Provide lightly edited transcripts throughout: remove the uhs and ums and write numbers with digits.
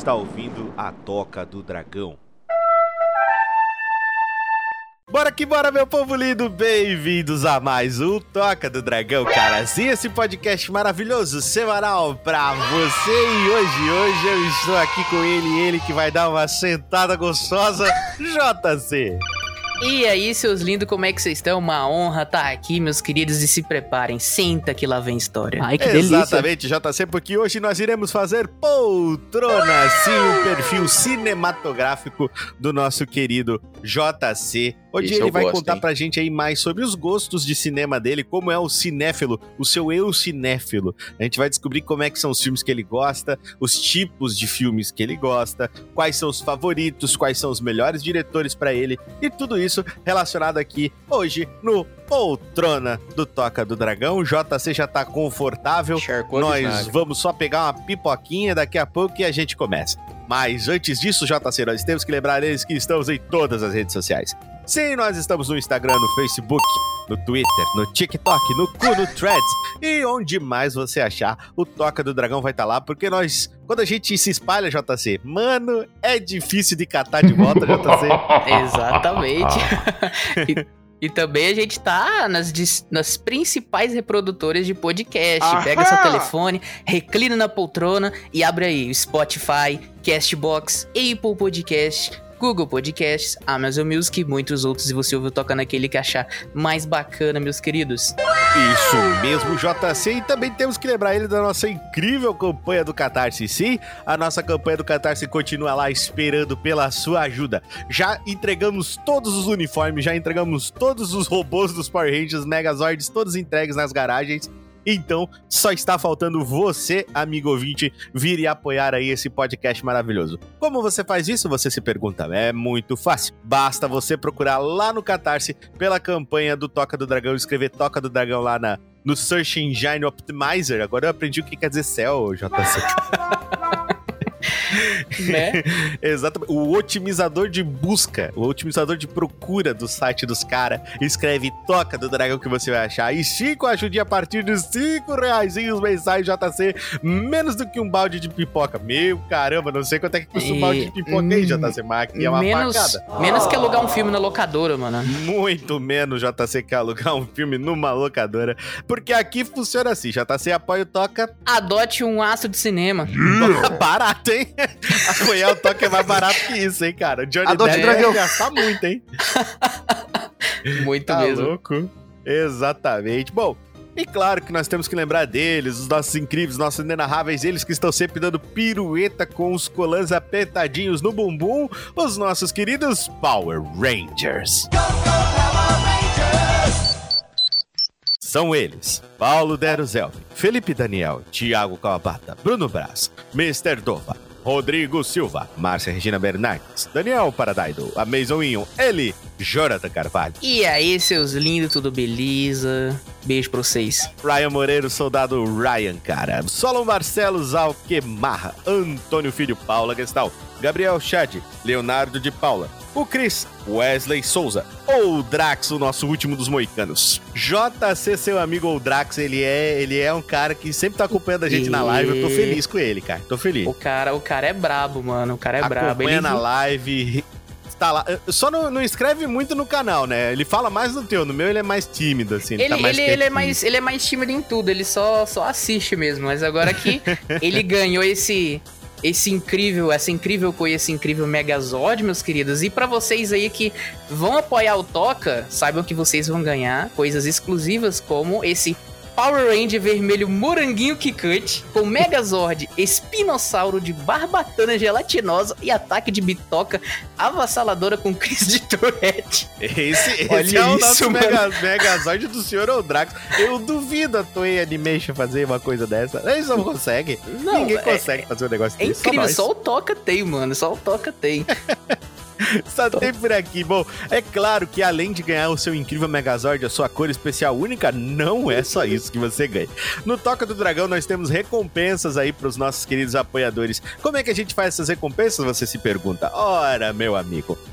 está ouvindo a Toca do Dragão. Bora que bora, meu povo lindo! Bem-vindos a mais um Toca do Dragão, caras! E esse podcast maravilhoso, semanal pra você. E hoje eu estou aqui com ele que vai dar uma sentada gostosa, JC. E aí, seus lindos, como é que vocês estão? Uma honra estar aqui, meus queridos, e se preparem. Senta que lá vem história. Ai, que delícia. Exatamente, JC, porque hoje nós iremos fazer Poltrona, sim, o perfil cinematográfico do nosso querido JC. Hoje ele vai contar pra gente aí mais sobre os gostos de cinema dele, como é o cinéfilo, o seu eu cinéfilo. A gente vai descobrir como é que são os filmes que ele gosta, os tipos de filmes que ele gosta, quais são os favoritos, quais são os melhores diretores pra ele e tudo isso relacionado aqui hoje no Poltrona do Toca do Dragão. O JC já tá confortável, nós vamos só pegar uma pipoquinha daqui a pouco e a gente começa. Mas antes disso, JC, nós temos que lembrar eles que estamos em todas as redes sociais. Sim, nós estamos no Instagram, no Facebook, no Twitter, no TikTok, no Cu, no Threads e onde mais você achar, o Toca do Dragão vai estar lá, porque quando a gente se espalha, JC, mano, é difícil de catar de volta, JC. Exatamente. E também a gente tá nas principais reprodutoras de podcast. Aham. Pega seu telefone, reclina na poltrona e abre aí o Spotify, Castbox, Apple Podcast, Google Podcasts, Amazon Music e muitos outros. E você ouve o Toca naquele que achar mais bacana, meus queridos. Isso mesmo, JC. E também temos que lembrar ele da nossa incrível campanha do Catarse. Sim, a nossa campanha do Catarse continua lá esperando pela sua ajuda. Já entregamos todos os uniformes, já entregamos todos os robôs dos Power Rangers, Megazords, todos entregues nas garagens. Então, só está faltando você, amigo ouvinte, vir e apoiar aí esse podcast maravilhoso. Como você faz isso? Você se pergunta. É muito fácil. Basta você procurar lá no Catarse pela campanha do Toca do Dragão, escrever Toca do Dragão lá no Search Engine Optimizer. Agora eu aprendi o que quer dizer céu, JC. Né? Exatamente. O otimizador de busca, o otimizador de procura do site dos caras, escreve Toca do Dragão que você vai achar. E Chico ajude a partir de R$5 mensais, JC, menos do que um balde de pipoca. Meu caramba, não sei quanto é que custa um balde de pipoca aí, JC, mas aqui é uma facada. Menos que alugar um filme na locadora, mano. Muito menos, JC, que alugar um filme numa locadora. Porque aqui funciona assim, JC apoia o Toca. Adote um aço de cinema. Barato, hein? Apoiar o Toca é mais barato que isso, hein, cara? O Johnny Depp vai gastar muito, hein? Muito tá mesmo. Louco. Exatamente. Bom, e claro que nós temos que lembrar deles, os nossos incríveis, nossos inenarráveis, eles que estão sempre dando pirueta com os colãs apertadinhos no bumbum, os nossos queridos Power Rangers. Go, go, Power Rangers! São eles, Paulo Deruzelvi, Felipe Daniel, Thiago Kawabata, Bruno Braz, Mr. Dova, Rodrigo Silva, Márcia Regina Bernardes, Daniel Paradaido, Amazon Inho, ele, Jonathan Carvalho. E aí, seus lindos, tudo beleza? Beijo pra vocês. Ryan Moreira, soldado Ryan, cara. Solon Barcelos Alquemarra, Antônio Filho, Paula Gestal, Gabriel Chad, Leonardo de Paula, o Chris, Wesley Souza, ou Drax, o nosso último dos moicanos. JC, seu amigo Oldrax, ele é um cara que sempre tá acompanhando a gente na live. Eu tô feliz com ele, cara. Tô feliz. O cara é brabo, mano. O cara é brabo. Acompanha na live. Tá lá. Só não escreve muito no canal, né? Ele fala mais no teu. No meu ele é mais tímido, assim. Ele é mais tímido em tudo. Ele só assiste mesmo. Mas agora que ele ganhou essa incrível coisa, esse incrível Megazord, meus queridos. E pra vocês aí que vão apoiar o Toca, saibam que vocês vão ganhar coisas exclusivas como esse Power Ranger vermelho moranguinho quicante com Megazord espinossauro de barbatana gelatinosa e ataque de bitoca avassaladora com crise de Tourette. Esse é o nosso Megazord do Sr. Oldrax. Eu duvido a Toei Animation fazer uma coisa dessa. Eles não conseguem. Ninguém consegue fazer um negócio desse. É incrível, só o Toca tem, mano. Só o Toca tem. Só tem por aqui. Bom, é claro que além de ganhar o seu incrível Megazord, a sua cor especial única, não é só isso que você ganha. No Toca do Dragão nós temos recompensas aí pros nossos queridos apoiadores. Como é que a gente faz essas recompensas, você se pergunta? Ora, meu amigo,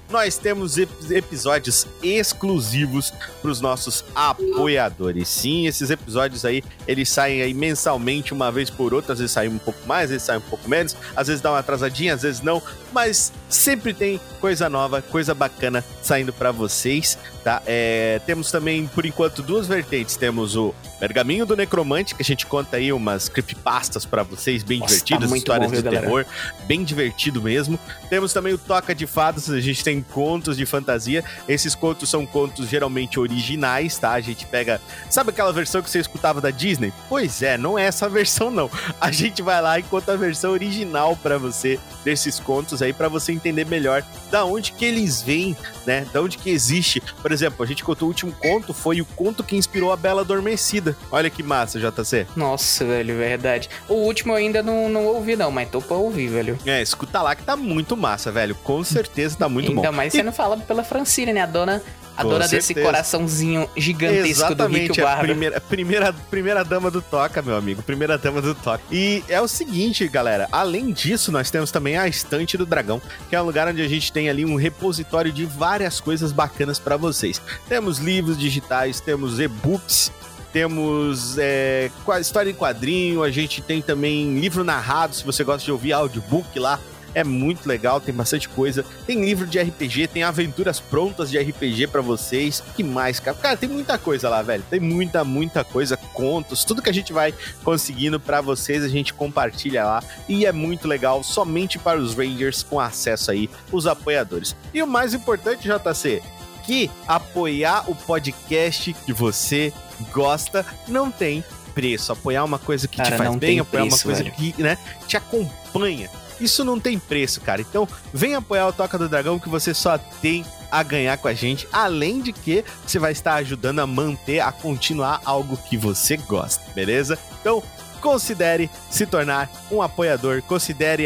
nós temos episódios exclusivos para os nossos apoiadores. Sim, esses episódios aí, eles saem aí mensalmente, uma vez por outra, às vezes saem um pouco mais, às vezes saem um pouco menos, às vezes dá uma atrasadinha, às vezes não, mas sempre tem coisa nova, coisa bacana saindo para vocês, tá? Temos também, por enquanto, duas vertentes. Temos o Pergaminho do Necromante, que a gente conta aí umas creepypastas pra vocês, bem divertidas, histórias de terror, bem divertido mesmo. Temos também o Toca de Fadas, a gente tem contos de fantasia. Esses contos são contos geralmente originais, tá? A gente pega... Sabe aquela versão que você escutava da Disney? Pois é, não é essa versão não. A gente vai lá e conta a versão original pra você desses contos aí, pra você entender melhor da onde que eles vêm, né? Da onde que existe. Por exemplo, a gente contou o último conto, foi o conto que inspirou a Bela Adormecida. Olha que massa, JC. Nossa, velho, verdade. O último eu ainda não ouvi, não, mas tô pra ouvir, velho. Escuta lá que tá muito massa, velho. Com certeza tá muito bom. Ainda mais sendo falado pela Francine, né? A dona desse coraçãozinho gigantesco do Rick Barba. Primeira dama do Toca, meu amigo. Primeira dama do Toca. E é o seguinte, galera. Além disso, nós temos também a Estante do Dragão, que é um lugar onde a gente tem ali um repositório de várias coisas bacanas pra vocês. Temos livros digitais, temos e-books, temos história em quadrinho, a gente tem também livro narrado, se você gosta de ouvir audiobook lá, é muito legal, tem bastante coisa. Tem livro de RPG, tem aventuras prontas de RPG pra vocês. Que mais, cara? Cara, tem muita coisa lá, velho. Tem muita coisa, contos, tudo que a gente vai conseguindo pra vocês, a gente compartilha lá. E é muito legal, somente para os Rangers, com acesso aí, os apoiadores. E o mais importante, JC, que apoiar o podcast que você gosta não tem preço. Apoiar uma coisa que te faz bem, apoiar uma coisa que, né, te acompanha. Isso não tem preço, cara. Então, vem apoiar o Toca do Dragão, que você só tem a ganhar com a gente. Além de que você vai estar ajudando a manter, a continuar algo que você gosta, beleza? Então, considere se tornar um apoiador, considere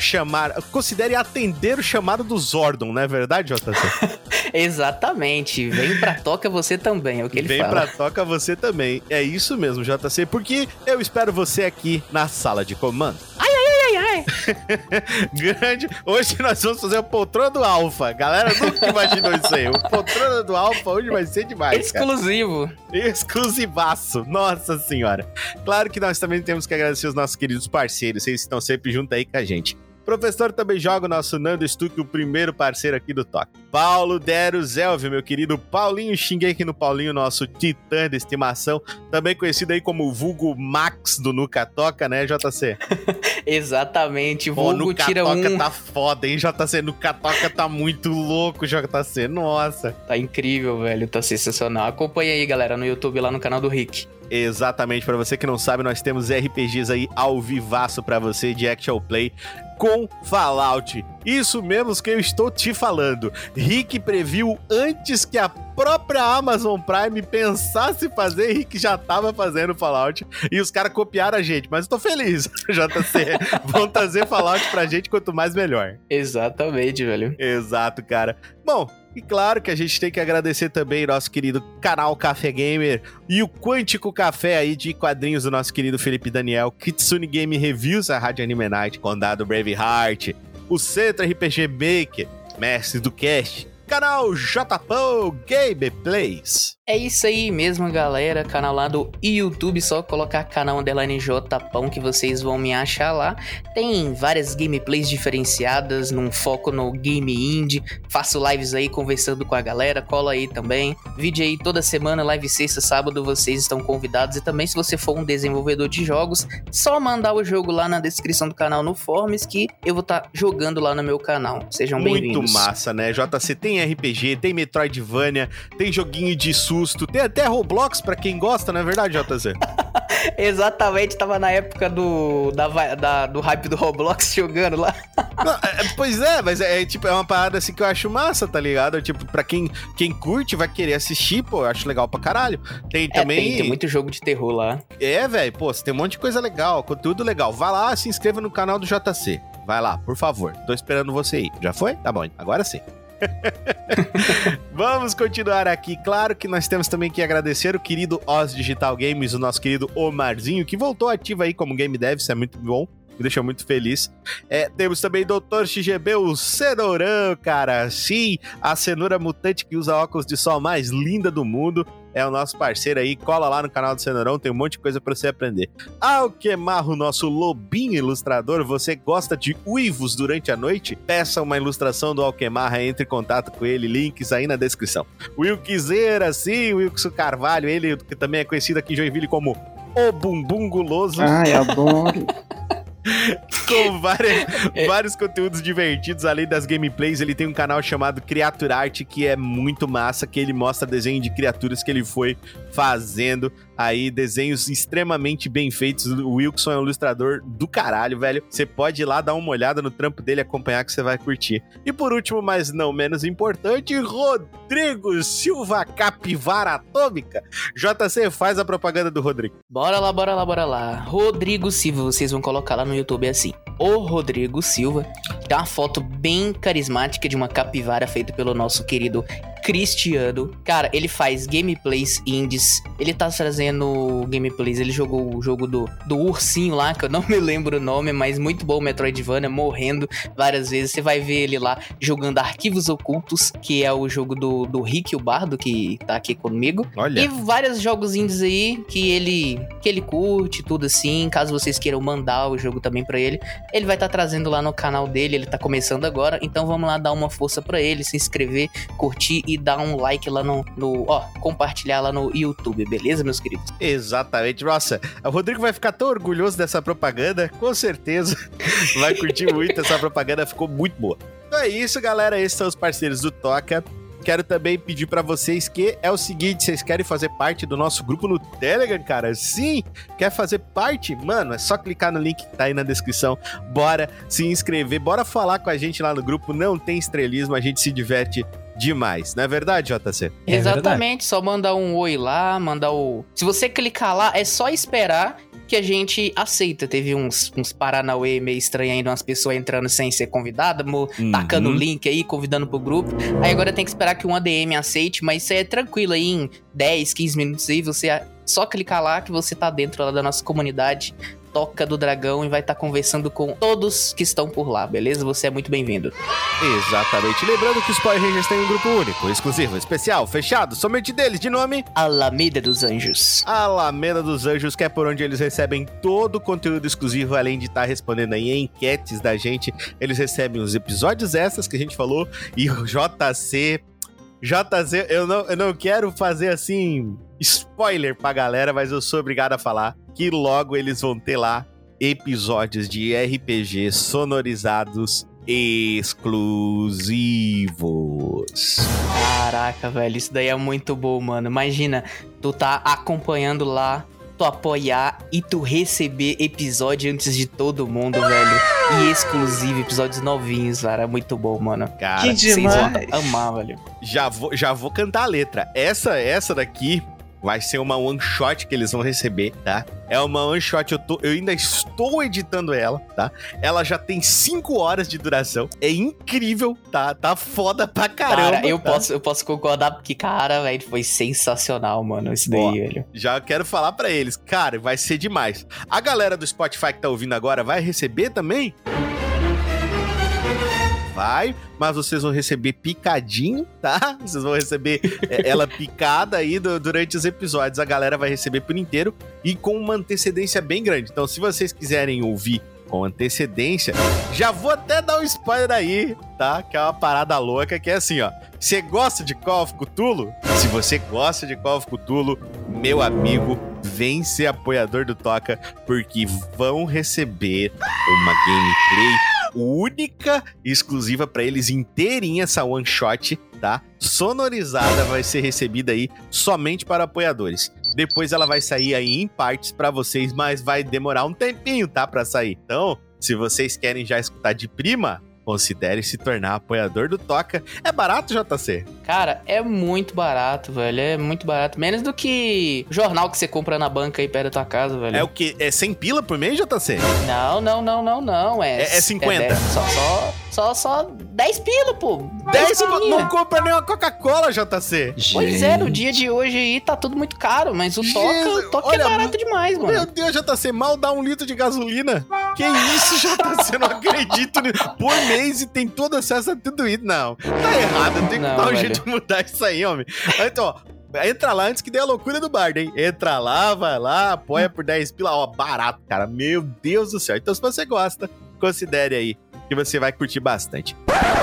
atender o chamado do Zordon, não é verdade, JC? Exatamente, vem pra Toca você também, é o que ele fala. Vem pra Toca você também, é isso mesmo, JC, porque eu espero você aqui na sala de comando. Ai. Grande, hoje nós vamos fazer o Poltrona do Alpha, galera nunca imaginou isso aí, o Poltrona do Alpha hoje vai ser demais, exclusivo, cara. Exclusivaço, nossa senhora. Claro que nós também temos que agradecer os nossos queridos parceiros, vocês estão sempre junto aí com a gente. Professor também joga o nosso Nando Stuck, o primeiro parceiro aqui do Toca. Paulo Dero Zelvi, meu querido Paulinho, xinguei aqui no Paulinho, nosso titã de estimação, também conhecido aí como o vulgo Max do Nuca Toca, né, JC? Exatamente, vulgo Nuca tira Toca um... tá foda, hein, JC? Nuca Toca tá muito louco, JC, nossa. Tá incrível, velho, tá sensacional. Acompanha aí, galera, no YouTube, lá no canal do Rick. Exatamente, pra você que não sabe, nós temos RPGs aí ao vivaço pra você de Actual Play com Fallout. Isso mesmo que eu estou te falando. Rick previu antes que a própria Amazon Prime pensasse fazer, Rick já tava fazendo Fallout e os caras copiaram a gente, mas eu tô feliz, JC. Vão trazer Fallout pra gente, quanto mais melhor. Exatamente, velho. Exato, cara. Bom, e claro que a gente tem que agradecer também nosso querido canal Café Gamer e o Quântico Café aí de quadrinhos do nosso querido Felipe Daniel, Kitsune Game Reviews, a Rádio Anime Night, Condado Braveheart, o Centro RPG Maker, Mestre do Cast, canal JPO Gameplays. É isso aí mesmo, galera. Canal lá do YouTube, só colocar canal _Jpão que vocês vão me achar lá. Tem várias gameplays diferenciadas, num foco no game indie. Faço lives aí conversando com a galera, cola aí também. Vídeo aí toda semana, live sexta, sábado, vocês estão convidados. E também se você for um desenvolvedor de jogos, só mandar o jogo lá na descrição do canal no Forms que eu vou estar jogando lá no meu canal. Sejam bem-vindos. Muito massa, né? JC tem RPG, tem Metroidvania, tem joguinho de susto, tem até Roblox pra quem gosta, não é verdade, JC? Exatamente, tava na época do hype do Roblox jogando lá. Não, pois é, mas tipo, é uma parada assim que eu acho massa, tá ligado? Tipo, pra quem curte, vai querer assistir, pô, eu acho legal pra caralho. Tem também... Tem muito jogo de terror lá. É, velho, pô, você tem um monte de coisa legal, conteúdo legal. Vai lá, se inscreva no canal do JC. Vai lá, por favor. Tô esperando você aí. Já foi? Tá bom, agora sim. Vamos continuar aqui. Claro que nós temos também que agradecer o querido Oz Digital Games, o nosso querido Omarzinho, que voltou ativo aí como Game Dev, isso é muito bom. me deixa muito feliz. Temos também Dr. XGB, o Cenourão, cara. Sim, a cenoura mutante que usa óculos de sol mais linda do mundo. É o nosso parceiro aí, cola lá no canal do Cenourão, tem um monte de coisa pra você aprender. Alquemar, o nosso lobinho ilustrador, você gosta de uivos durante a noite? Peça uma ilustração do Alquemar, entre em contato com ele, links aí na descrição. Wilkzeira, sim, Wilkson Carvalho, ele que também é conhecido aqui em Joinville como o Bumbum Guloso. Ai, adoro. Com vários conteúdos divertidos, além das gameplays, ele tem um canal chamado Criatura Arte, que é muito massa, que ele mostra desenho de criaturas que ele foi fazendo, aí desenhos extremamente bem feitos. O Wilkson é um ilustrador do caralho, velho. Você pode ir lá dar uma olhada no trampo dele, acompanhar que você vai curtir. E por último, mas não menos importante, Rodrigo Silva, Capivara Atômica. JC, faz a propaganda do Rodrigo. Bora lá. Rodrigo Silva, vocês vão colocar lá no YouTube assim. O Rodrigo Silva. Tem uma foto bem carismática de uma capivara feita pelo nosso querido Cristiano. Cara, ele faz gameplays indies. Ele tá trazendo gameplays. Ele jogou o jogo do ursinho lá, que eu não me lembro o nome, mas muito bom, Metroidvania, morrendo várias vezes. Você vai ver ele lá jogando Arquivos Ocultos, que é o jogo do Rick, o Bardo, que tá aqui comigo. Olha. E vários jogos indies aí que ele curte, tudo assim. Caso vocês queiram mandar o jogo também pra ele, ele vai estar trazendo lá no canal dele. Ele tá começando agora, então vamos lá dar uma força pra ele, se inscrever, curtir e dar um like lá compartilhar lá no YouTube, beleza, meus queridos? Exatamente. Nossa, o Rodrigo vai ficar tão orgulhoso dessa propaganda, com certeza vai curtir muito essa propaganda, ficou muito boa. Então é isso, galera, esses são os parceiros do Toca. Quero também pedir pra vocês que é o seguinte, vocês querem fazer parte do nosso grupo no Telegram, cara? Sim! Quer fazer parte? Mano, é só clicar no link que tá aí na descrição. Bora se inscrever, bora falar com a gente lá no grupo. Não tem estrelismo, a gente se diverte demais. Não é verdade, JC? Exatamente, só mandar um oi lá, Se você clicar lá, é só esperar que a gente aceita. Teve uns paranauê meio estranho ainda, umas pessoas entrando sem ser convidada, tacando o link aí, convidando pro grupo. Aí agora tem que esperar que um ADM aceite, mas isso é tranquilo aí, em 10, 15 minutos aí, você só clicar lá que você tá dentro lá da nossa comunidade Toca do Dragão e vai estar conversando com todos que estão por lá, beleza? Você é muito bem-vindo. Exatamente. Lembrando que os Power Rangers têm um grupo único, exclusivo, especial, fechado, somente deles, de nome... Alameda dos Anjos. Alameda dos Anjos, que é por onde eles recebem todo o conteúdo exclusivo, além de estar respondendo aí enquetes da gente. Eles recebem os episódios extras que a gente falou e o JC, eu não quero fazer assim spoiler pra galera, mas eu sou obrigado a falar que logo eles vão ter lá episódios de RPG sonorizados exclusivos. Caraca, velho, isso daí é muito bom, mano. Imagina, tu tá acompanhando lá, tu apoiar e tu receber episódio antes de todo mundo, velho. E exclusivo, episódios novinhos, cara. É muito bom, mano. Cara, que demais. Vocês vão amar, velho. Já vou cantar a letra. Essa daqui vai ser uma one shot que eles vão receber, tá? É uma one shot, eu ainda estou editando ela, tá? Ela já tem 5 horas de duração. É incrível, tá? Tá foda pra caramba. Cara, eu tá? posso concordar, porque, cara, velho, foi sensacional, mano, isso daí, velho. Já quero falar pra eles, cara, vai ser demais. A galera do Spotify que tá ouvindo agora vai receber também? Vai, mas vocês vão receber picadinho, tá? Vocês vão receber ela picada aí durante os episódios. A galera vai receber por inteiro e com uma antecedência bem grande. Então, se vocês quiserem ouvir com antecedência, já vou até dar um spoiler aí, tá? Que é uma parada louca, que é assim, ó. Você gosta de Call of Cthulhu? Se você gosta de Call of Cthulhu, meu amigo, vem ser apoiador do Toca, porque vão receber uma gameplay única e exclusiva pra eles, inteirinha, essa one shot, tá? Sonorizada, vai ser recebida aí somente para apoiadores. Depois ela vai sair aí em partes pra vocês, mas vai demorar um tempinho, tá? Pra sair. Então, se vocês querem já escutar de prima, considere se tornar apoiador do Toca. É barato, JC? Cara, é muito barato, velho. É muito barato. Menos do que jornal que você compra na banca aí perto da tua casa, velho. É o quê? É 100 pila por mês, JC? Não. É 50? Só 10 pila, pô. 10 não compra nem uma Coca-Cola, JC. Pois é, no dia de hoje aí tá tudo muito caro, mas o Toca olha, é barato demais, mano. Meu Deus, JC, mal dá 1 litro de gasolina. Que isso, JC, não acredito nisso. Por mês e tem todo acesso a tudo isso. Não, tá errado, tem que dar um jeito de mudar isso aí, homem. Então, ó, entra lá antes que dê a loucura do bar, hein? Entra lá, vai lá, apoia por 10 pila. Ó, barato, cara. Meu Deus do céu. Então, se você gosta, considere aí que você vai curtir bastante.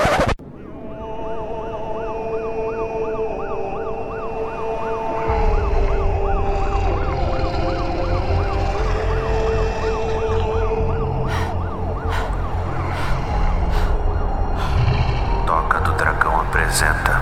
Toca do Dragão apresenta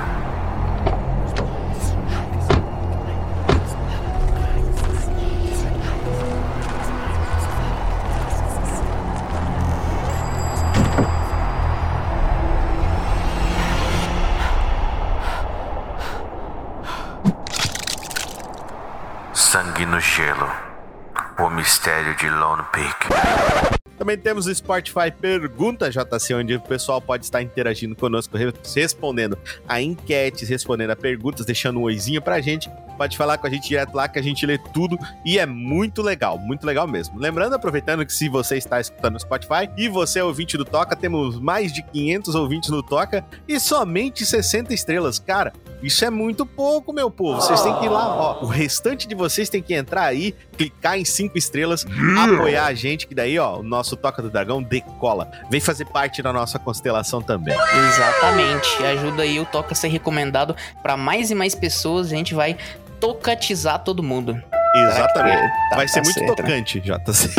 Sangue no Gelo, o mistério de Lone Peak. Também temos o Spotify Pergunta, JC, onde o pessoal pode estar interagindo conosco, respondendo a enquetes, respondendo a perguntas, deixando um oizinho pra gente. Pode falar com a gente direto lá que a gente lê tudo e é muito legal mesmo. Lembrando, aproveitando que se você está escutando no Spotify e você é ouvinte do Toca, temos mais de 500 ouvintes no Toca e somente 60 estrelas. Cara, isso é muito pouco, meu povo. Vocês têm que ir lá, ó. O restante de vocês tem que entrar aí, clicar em 5 estrelas, apoiar a gente, que daí, ó, o nosso Toca do Dragão decola. Vem fazer parte da nossa constelação também. Exatamente. Ajuda aí o Toca a ser recomendado para mais e mais pessoas. A gente vai tocatizar todo mundo. Exatamente. Vai ser muito tocante, JC.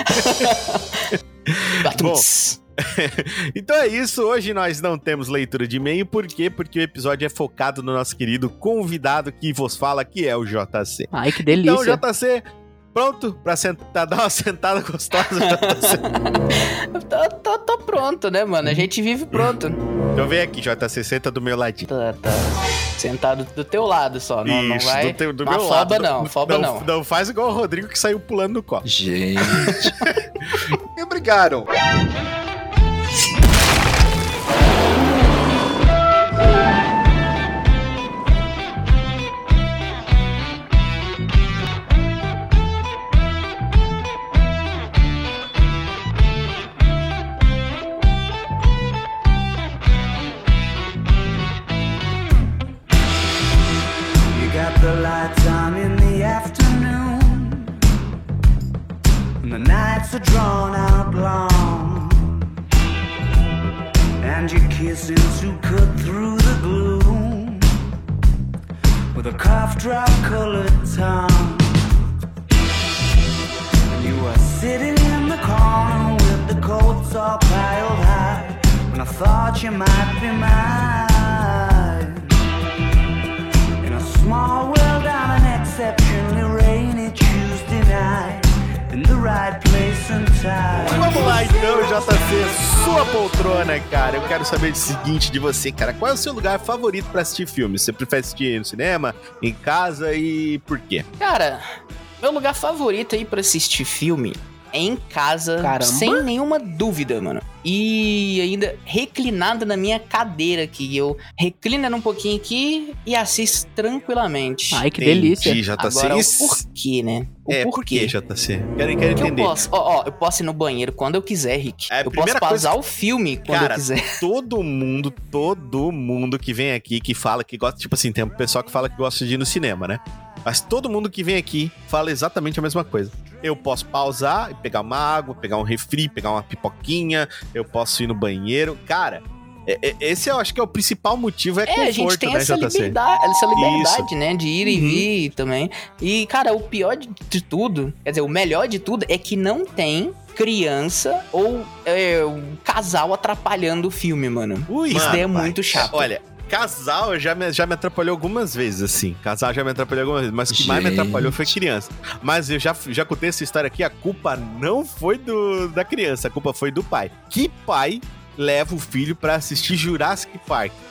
Bom, então é isso. Hoje nós não temos leitura de e-mail. Por quê? Porque o episódio é focado no nosso querido convidado que vos fala, que é o JC. Ai, que delícia. Então, JC, pronto pra dar uma sentada gostosa, JC? Tô pronto, né, mano? A gente vive pronto. Então vem aqui, JC, senta do meu ladinho. Tá. Sentado do teu lado só, não, isso, não vai... do meu lado. Não. Não faz igual o Rodrigo que saiu pulando no copo. Gente. Me obrigaram. The lights on in the afternoon, and the nights are drawn out long, and you're kissing to cut through the gloom with a cough drop colored tongue. And you were sitting in the corner with the coats all piled high, when I thought you might be mine. Small world on an exceptionally rainy Tuesday night, in the right place and time. Vamos lá então, JC, sua poltrona, cara. Eu quero saber o seguinte de você, cara. Qual é o seu lugar favorito pra assistir filmes? Você prefere assistir no cinema, em casa e por quê? Cara, meu lugar favorito aí pra assistir filme é em casa, sem nenhuma dúvida, mano. E ainda reclinada na minha cadeira aqui. Eu reclino um pouquinho aqui e assisto tranquilamente. Ai, que delícia. JC. Agora, o porquê, né? O porquê, JC? Quero entender. Eu posso ir no banheiro quando eu quiser, Rick. Eu posso pausar o filme quando eu quiser. Todo mundo que vem aqui, que fala que gosta... Tipo assim, tem um pessoal que fala que gosta de ir no cinema, né? Mas todo mundo que vem aqui fala exatamente a mesma coisa. Eu posso pausar e pegar uma água, pegar um refri, pegar uma pipoquinha, eu posso ir no banheiro. Cara, esse eu acho que é o principal motivo, conforto, a gente tem, né, essa liberdade, né, de ir e vir também. E, cara, o pior de tudo, quer dizer, o melhor de tudo é que não tem criança ou um casal atrapalhando o filme, mano. Isso daí é muito chato. Olha... Casal já me atrapalhou algumas vezes, assim. Mas o que mais me atrapalhou foi criança. Mas eu já contei essa história aqui, a culpa não foi da criança, a culpa foi do pai. Que pai leva o filho pra assistir Jurassic Park? Que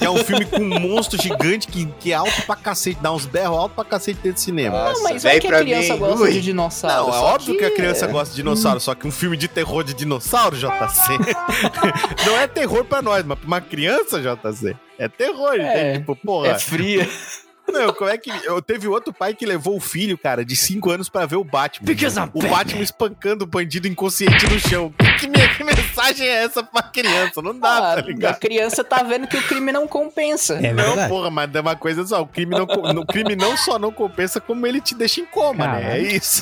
é um filme com um monstro gigante que é alto pra cacete, dá uns berros alto pra cacete dentro do cinema. Não, mas é que a criança gosta de dinossauro. Não, é óbvio que a criança gosta de dinossauro, só que um filme de terror de dinossauro, JC, não é terror pra nós, mas pra uma criança, JC, é terror, entende? Tipo, porra. É fria. Não, como é que... Teve outro pai que levou o filho, cara, de 5 anos pra ver o Batman. O Batman espancando o bandido inconsciente no chão. Que mensagem é essa pra criança? Não dá, tá ligado? A criança tá vendo que o crime não compensa. Não, porra, mas é uma coisa só. O crime não só não compensa, como ele te deixa em coma, né? É isso.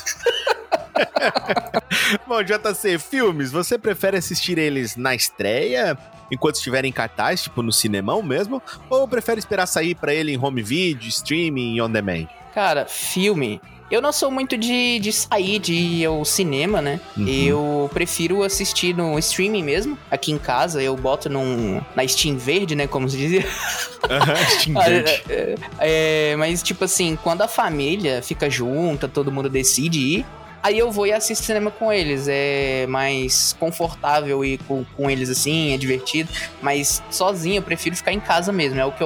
Bom, JC, filmes, você prefere assistir eles na estreia, enquanto estiverem em cartaz, tipo no cinemão mesmo, ou prefere esperar sair pra ele em home video, streaming, on demand? Cara, filme... Eu não sou muito de sair, de ir ao cinema, né? Eu prefiro assistir no streaming mesmo. Aqui em casa, eu boto na Steam verde, né? Como se dizia. Steam verde. Mas, tipo assim, quando a família fica junta, todo mundo decide ir, aí eu vou e assisto cinema com eles. É mais confortável ir com eles assim, é divertido. Mas sozinho eu prefiro ficar em casa mesmo. É o que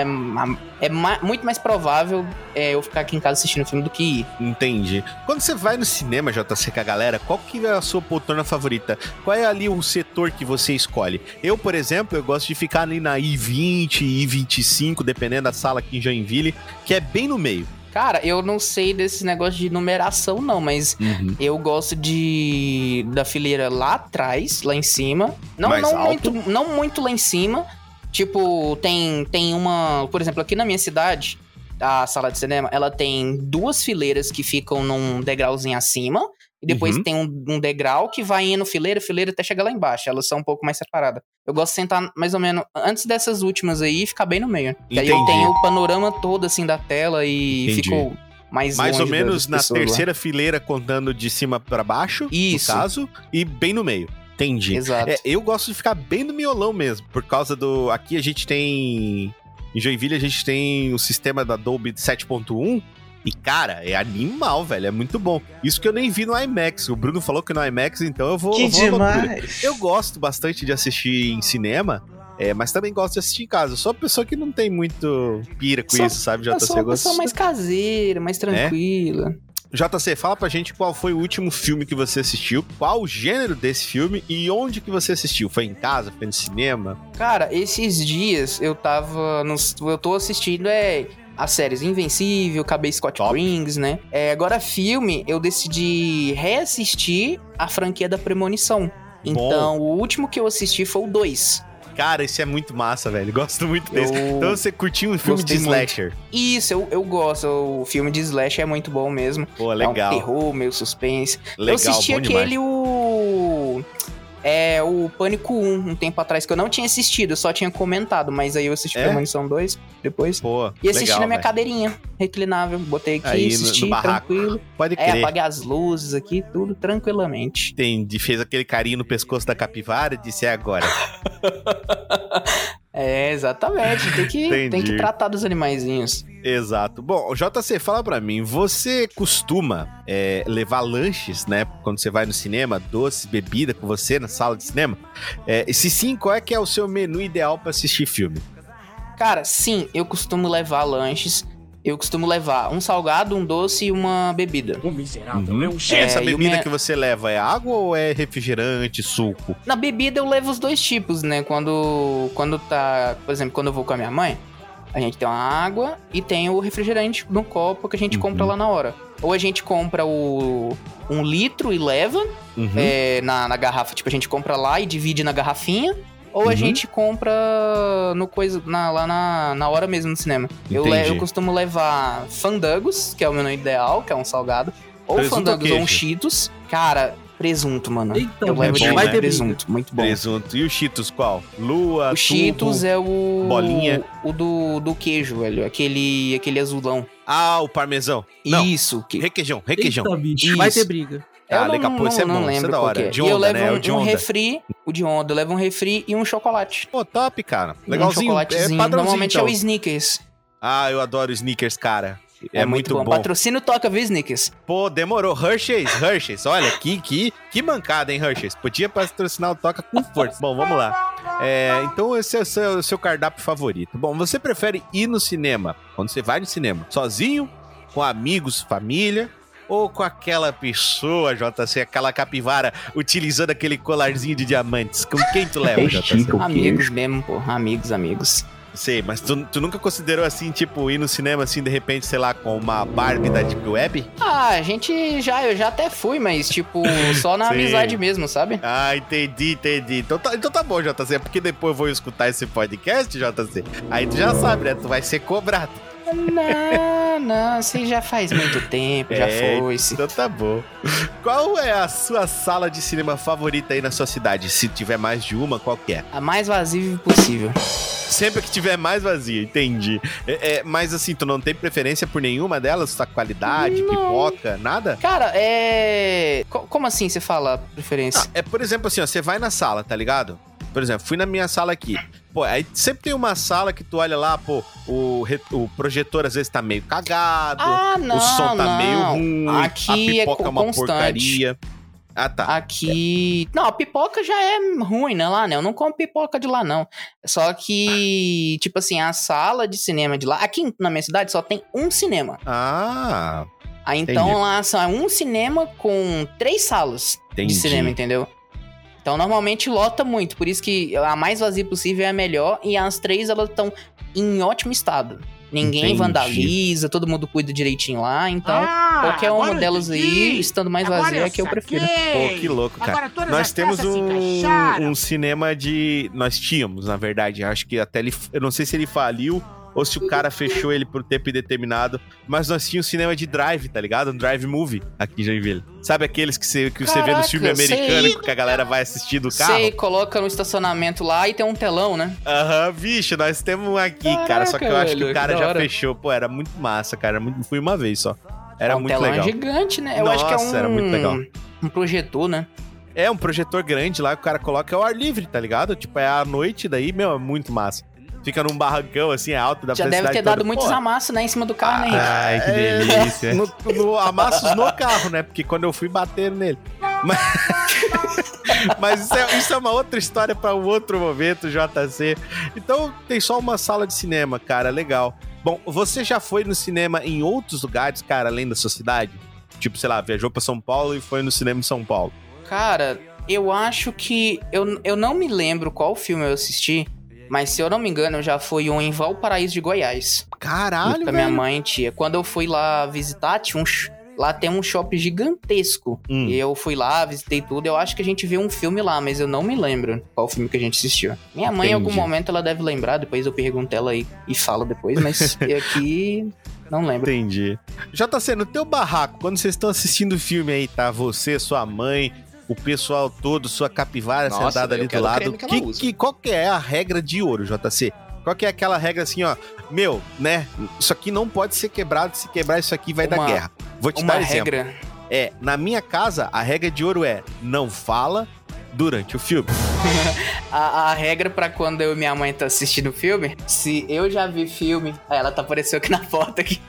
muito mais provável eu ficar aqui em casa assistindo o filme do que ir. Entendi. Quando você vai no cinema, JC, com a galera, qual que é a sua poltrona favorita? Qual é ali o setor que você escolhe? Eu, por exemplo, eu gosto de ficar ali na I-20, I-25, dependendo da sala aqui em Joinville, que é bem no meio. Cara, eu não sei desse negócio de numeração, não, mas eu gosto da fileira lá atrás, lá em cima. Não muito lá em cima. Tipo, tem uma... Por exemplo, aqui na minha cidade, a sala de cinema, ela tem 2 fileiras que ficam num degrauzinho acima. E depois tem um degrau que vai indo fileira até chegar lá embaixo. Elas são um pouco mais separadas. Eu gosto de sentar mais ou menos antes dessas últimas aí e ficar bem no meio. E aí eu tenho o panorama todo assim da tela e fico mais ou menos na terceira fileira, contando de cima pra baixo, isso, no caso, e bem no meio. Entendi. Exato. Eu gosto de ficar bem no miolão mesmo, por causa do... Aqui a gente tem... Em Joinville a gente tem o sistema da Dolby 7.1, e, cara, é animal, velho. É muito bom. Isso que eu nem vi no IMAX. O Bruno falou que no IMAX, então eu vou... Que demais! Eu gosto bastante de assistir em cinema, mas também gosto de assistir em casa. Eu sou uma pessoa que não tem muito pira com isso, sabe? Eu sou uma pessoa mais caseira, mais tranquila. JC, fala pra gente qual foi o último filme que você assistiu, qual o gênero desse filme e onde que você assistiu? Foi em casa? Foi no cinema? Cara, esses dias eu tô assistindo as séries Invencível, acabei Scott Rings, né? Agora, filme, eu decidi reassistir a franquia da Premonição. Então, o último que eu assisti foi o 2. Cara, esse é muito massa, velho. Gosto muito desse. Então você curtiu um filme de slasher? Isso, eu gosto. O filme de slasher é muito bom mesmo. Pô, legal. É um terror, meio suspense. Legal, eu assisti aquele, o Pânico 1, um tempo atrás, que eu não tinha assistido, eu só tinha comentado, mas aí eu assisti Premonição 2 depois. Pô, e assisti legal, na minha cadeirinha reclinável, botei aqui, aí, assisti no tranquilo. Pode crer. Apaguei as luzes aqui, tudo tranquilamente. Entendi, fez aquele carinho no pescoço da capivara e disse, agora. Exatamente, tem que tratar dos animaizinhos. Exato. Bom, JC, fala pra mim, você costuma levar lanches, né, quando você vai no cinema, doces, bebida com você na sala de cinema? Se sim, qual é que é o seu menu ideal pra assistir filme? Cara, sim, eu costumo levar lanches. Eu costumo levar um salgado, um doce e uma bebida. Essa bebida que você leva é água ou é refrigerante, suco? Na bebida eu levo os 2 tipos, né? Quando tá... Por exemplo, quando eu vou com a minha mãe, a gente tem uma água e tem o refrigerante no copo que a gente compra lá na hora. Ou a gente compra 1 litro e leva na garrafa. Tipo, a gente compra lá e divide na garrafinha. Ou a gente compra lá na hora mesmo no cinema. Eu costumo levar fandangos, que é o menu ideal, que é um salgado. Ou presunto fandangos ou um Cheetos. Cara, presunto, mano. Então, eu levo demais presunto, muito bom. Presunto. E o Cheetos qual? Lua, o Cheetos é o... Bolinha. O do queijo, velho. Aquele azulão. Ah, o parmesão. Isso. Requeijão. Eita, bicho. Vai ter briga. Legal, pô, isso é bom, isso é da hora. De onda, eu levo um refri, o de onda, eu levo um refri e um chocolate. Pô, top, cara. Legalzinho. Um chocolatezinho, normalmente então. É o Snickers. Ah, eu adoro Snickers, cara. É muito bom. Patrocínio toca, viu, Snickers? Pô, demorou. Hershey's. Olha, que mancada, hein, Hershey's. Podia patrocinar o Toca com força. Bom, vamos lá. Então esse é o seu cardápio favorito. Bom, você prefere ir no cinema, quando você vai no cinema, sozinho, com amigos, família, ou com aquela pessoa, JC, aquela capivara, utilizando aquele colarzinho de diamantes? Com quem tu leva, JC? Amigos mesmo, pô. Amigos. Sei, mas tu nunca considerou assim, tipo, ir no cinema assim, de repente, sei lá, com uma Barbie da Deep Web? Eu já até fui, mas tipo, só na amizade mesmo, sabe? Entendi. Então tá bom, JC, porque depois eu vou escutar esse podcast, JC, aí tu já sabe, né, tu vai ser cobrado. Não, você já faz muito tempo, já foi. Então tá bom. Qual é a sua sala de cinema favorita aí na sua cidade? Se tiver mais de uma, qual que é? A mais vazia possível. Sempre que tiver mais vazia, entendi. Mas assim, tu não tem preferência por nenhuma delas? Tá qualidade, não. Pipoca, nada? Cara, Como assim você fala preferência? Por exemplo assim, ó, você vai na sala, tá ligado? Por exemplo, fui na minha sala aqui. Pô, aí sempre tem uma sala que tu olha lá, pô, o projetor às vezes tá meio cagado, o som tá meio ruim, aqui a pipoca é uma constante. Porcaria. Tá. Aqui... Não, a pipoca já é ruim, né, lá, né? Eu não como pipoca de lá, não. Só que, tipo assim, a sala de cinema de lá... Aqui na minha cidade só tem um cinema. Aí, então, entendi. Lá são um cinema com 3 salas de cinema, entendeu? Então, normalmente lota muito. Por isso que a mais vazia possível é a melhor. E as 3, elas estão em ótimo estado. Ninguém vandaliza, todo mundo cuida direitinho lá. Então, qualquer uma delas aí, estando mais vazia, é que eu prefiro. Pô, que louco, cara. Nós temos um cinema de... Nós tínhamos, na verdade. Acho que até ele... Eu não sei se ele faliu ou se o cara fechou ele por tempo indeterminado. Mas nós tínhamos um cinema de drive, tá ligado? Um drive movie aqui em Joinville. Sabe aqueles que você vê no filme americano que a galera vai assistir do carro? Sei, coloca no estacionamento lá e tem um telão, né? Bicho, nós temos um aqui, cara. Só que eu acho que o cara já fechou. Pô, era muito massa, cara. Fui uma vez só. Era muito legal. Um telão gigante, né? Eu acho que é era muito legal. Um projetor, né? É, um projetor grande lá que o cara coloca ao ar livre, tá ligado? Tipo, é à noite daí, meu, é muito massa. Fica num barrancão, assim, é alto da cidade. Já deve ter dado muitos amassos, né, em cima do carro, né? Ai, que delícia. Amassos no carro, né? Porque quando eu fui, bateram nele. Mas isso é uma outra história para um outro momento, JC. Então, tem só uma sala de cinema, cara, legal. Bom, você já foi no cinema em outros lugares, cara, além da sua cidade? Tipo, sei lá, viajou pra São Paulo e foi no cinema em São Paulo. Cara, eu acho que... Eu não me lembro qual filme eu assisti, mas se eu não me engano, eu já fui em Valparaíso de Goiás. Caralho, com a minha mãe e tia. Quando eu fui lá visitar, lá tem um shopping gigantesco. E eu fui lá, visitei tudo. Eu acho que a gente viu um filme lá, mas eu não me lembro qual filme que a gente assistiu. Minha mãe, em algum momento, ela deve lembrar. Depois eu pergunto ela aí e falo depois. Mas aqui... Não lembro. Entendi. JC, no teu barraco, quando vocês estão assistindo o filme aí, tá? Você, sua mãe... O pessoal todo, sua capivara sentada ali do lado. Qual que é a regra de ouro, JC? Qual que é aquela regra assim, ó? Meu, né? Isso aqui não pode ser quebrado. Se quebrar isso aqui, vai dar guerra. Vou te dar um exemplo. Regra. Na minha casa, a regra de ouro é não fala durante o filme. a regra pra quando eu e minha mãe tá assistindo o filme, se eu já vi filme... ela tá aparecendo aqui na foto aqui.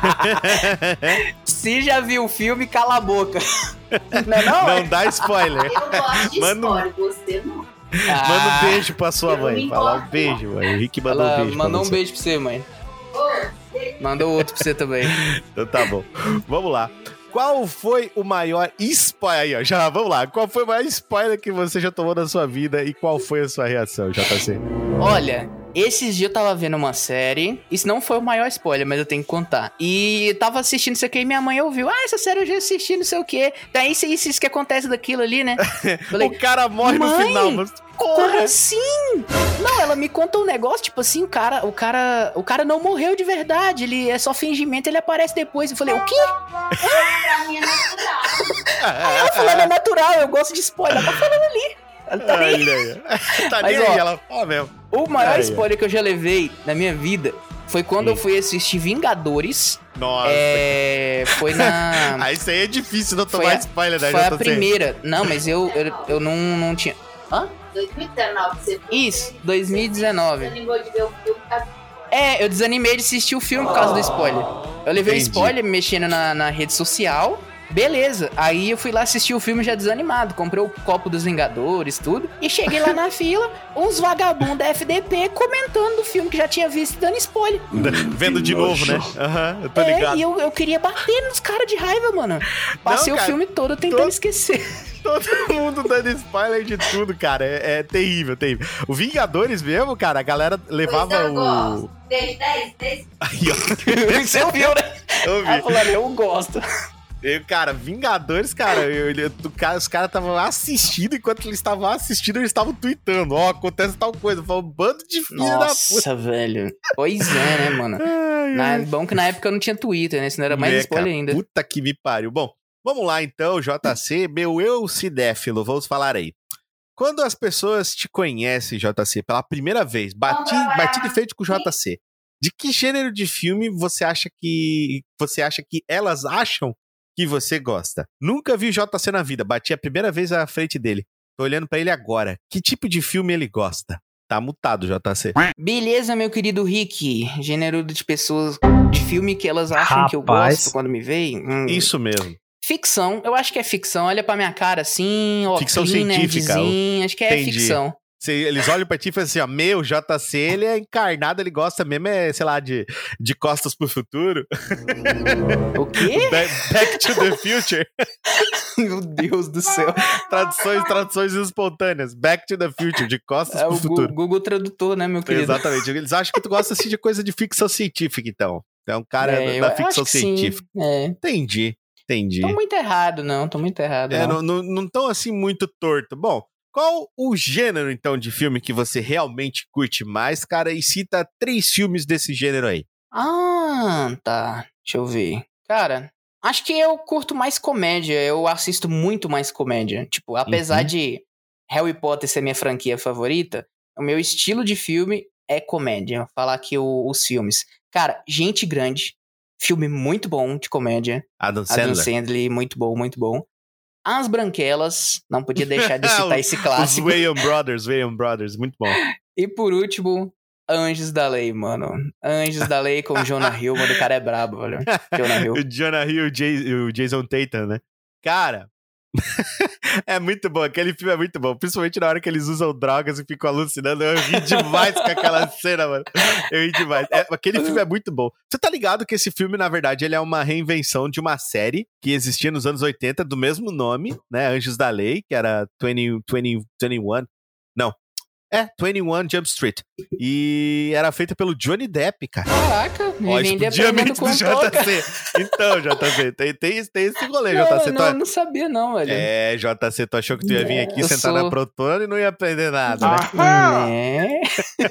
Se já viu o filme, cala a boca. Não dá spoiler. Eu gosto de spoiler, você não. Manda um beijo pra sua mãe. Fala um beijo, mãe. O Rick mandou um beijo. Mandou um beijo pra você, mãe. Mandou outro pra você também. Então tá bom. Vamos lá. Qual foi o maior spoiler aí, ó? Já, vamos lá. Qual foi o maior spoiler que você já tomou na sua vida e qual foi a sua reação, JC? Olha, esses dias eu tava vendo uma série. Isso não foi o maior spoiler, mas eu tenho que contar. E eu tava assistindo isso aqui e minha mãe ouviu. Essa série eu já assisti, não sei o quê. Daí isso que acontece daquilo ali, né? Falei, o cara morre no final, mas... Como assim? Não, ela me contou um negócio, tipo assim, o cara não morreu de verdade, ele é só fingimento, ele aparece depois. Eu falei, o quê? Pra mim é natural. Aí ela falou, é natural, eu gosto de spoiler. Ela tá falando ali. Ela tá nem aí. Tá nem aí, ela fala mesmo. O maior spoiler que eu já levei na minha vida foi quando eu fui assistir Vingadores. Nossa. Foi na... Isso aí é difícil não tomar spoiler, né? Foi a primeira. Não, mas eu não tinha... Hã? 2019, você viu? Isso, 2019. Você animou de ver o filme? Eu desanimei de assistir o filme por causa do spoiler. Eu levei um spoiler mexendo na rede social. Beleza, aí eu fui lá assistir o filme já desanimado, comprei o copo dos Vingadores, tudo, e cheguei lá na fila, uns vagabundos da FDP comentando do filme que já tinha visto e dando spoiler. Vendo de novo, né? Eu tô ligado. E eu queria bater nos caras de raiva, mano. Passei o filme todo tentando esquecer. Todo mundo dando spoiler de tudo, cara. É terrível, terrível. O Vingadores mesmo, cara, a galera levava o... 10. Aí, ó. Você ouviu, né? Eu vi. Aí falando, eu gosto. Cara, Vingadores, cara, os caras estavam assistindo, enquanto eles estavam assistindo, eles estavam tweetando. Ó, acontece tal coisa. Foi um bando de filho da puta. Nossa, velho. Pois é, né, mano? Bom que na época eu não tinha Twitter, né? Senão era mais spoiler ainda. Puta que me pariu. Bom, vamos lá então, JC, meu eu cinéfilo, vamos falar aí. Quando as pessoas te conhecem, JC, pela primeira vez, bati de frente com o JC, de que gênero de filme você acha que elas acham que você gosta? Nunca vi o JC na vida, bati a primeira vez à frente dele. Tô olhando pra ele agora. Que tipo de filme ele gosta? Tá mutado, JC. Beleza, meu querido Rick. Gênero de pessoas de filme que elas acham que eu gosto quando me veem. Isso mesmo. Ficção, eu acho que é ficção. Olha pra minha cara assim, ó. Ficção científica. Acho que é ficção. Eles olham pra ti e falam assim, ó, meu, JC, ele é encarnado, ele gosta mesmo, sei lá, de Costas pro Futuro. O quê? Back to the Future. Meu Deus do céu. Traduções espontâneas. Back to the Future, de Costas pro Futuro. Google Tradutor, né, meu querido? Exatamente. Eles acham que tu gosta assim de coisa de ficção científica, então. É um cara da ficção científica. Entendi. Tô muito errado, não. Não tão assim muito torto. Bom, qual o gênero, então, de filme que você realmente curte mais, cara? E cita 3 filmes desse gênero aí. Tá. Deixa eu ver. Cara, acho que eu curto mais comédia. Eu assisto muito mais comédia. Tipo, apesar de Harry Potter ser minha franquia favorita, o meu estilo de filme é comédia. Vou falar aqui os filmes. Cara, Gente Grande. Filme muito bom de comédia. Adam Sandler, muito bom, muito bom. As Branquelas, não podia deixar de citar esse clássico. Os Wayans Brothers, muito bom. E por último, Anjos da Lei, mano. Anjos da Lei com o Jonah Hill, mano, o cara é brabo, velho. Jonah Hill. O Jonah Hill e o Jason Tatum, né? Cara, é muito bom, aquele filme é muito bom, principalmente na hora que eles usam drogas e ficam alucinando. Eu ri demais com aquela cena, mano. Eu ri demais. Aquele filme é muito bom. Você tá ligado que esse filme, na verdade, ele é uma reinvenção de uma série que existia nos anos 80 do mesmo nome, né? Anjos da Lei, que era 21 Jump Street. E era feita pelo Johnny Depp, cara. Caraca, me vendeu do JC. Então, JC, tem esse rolê, JC. Não sabia não, velho. JC, tu achou que tu ia vir aqui sentar na protona e não ia aprender nada, né?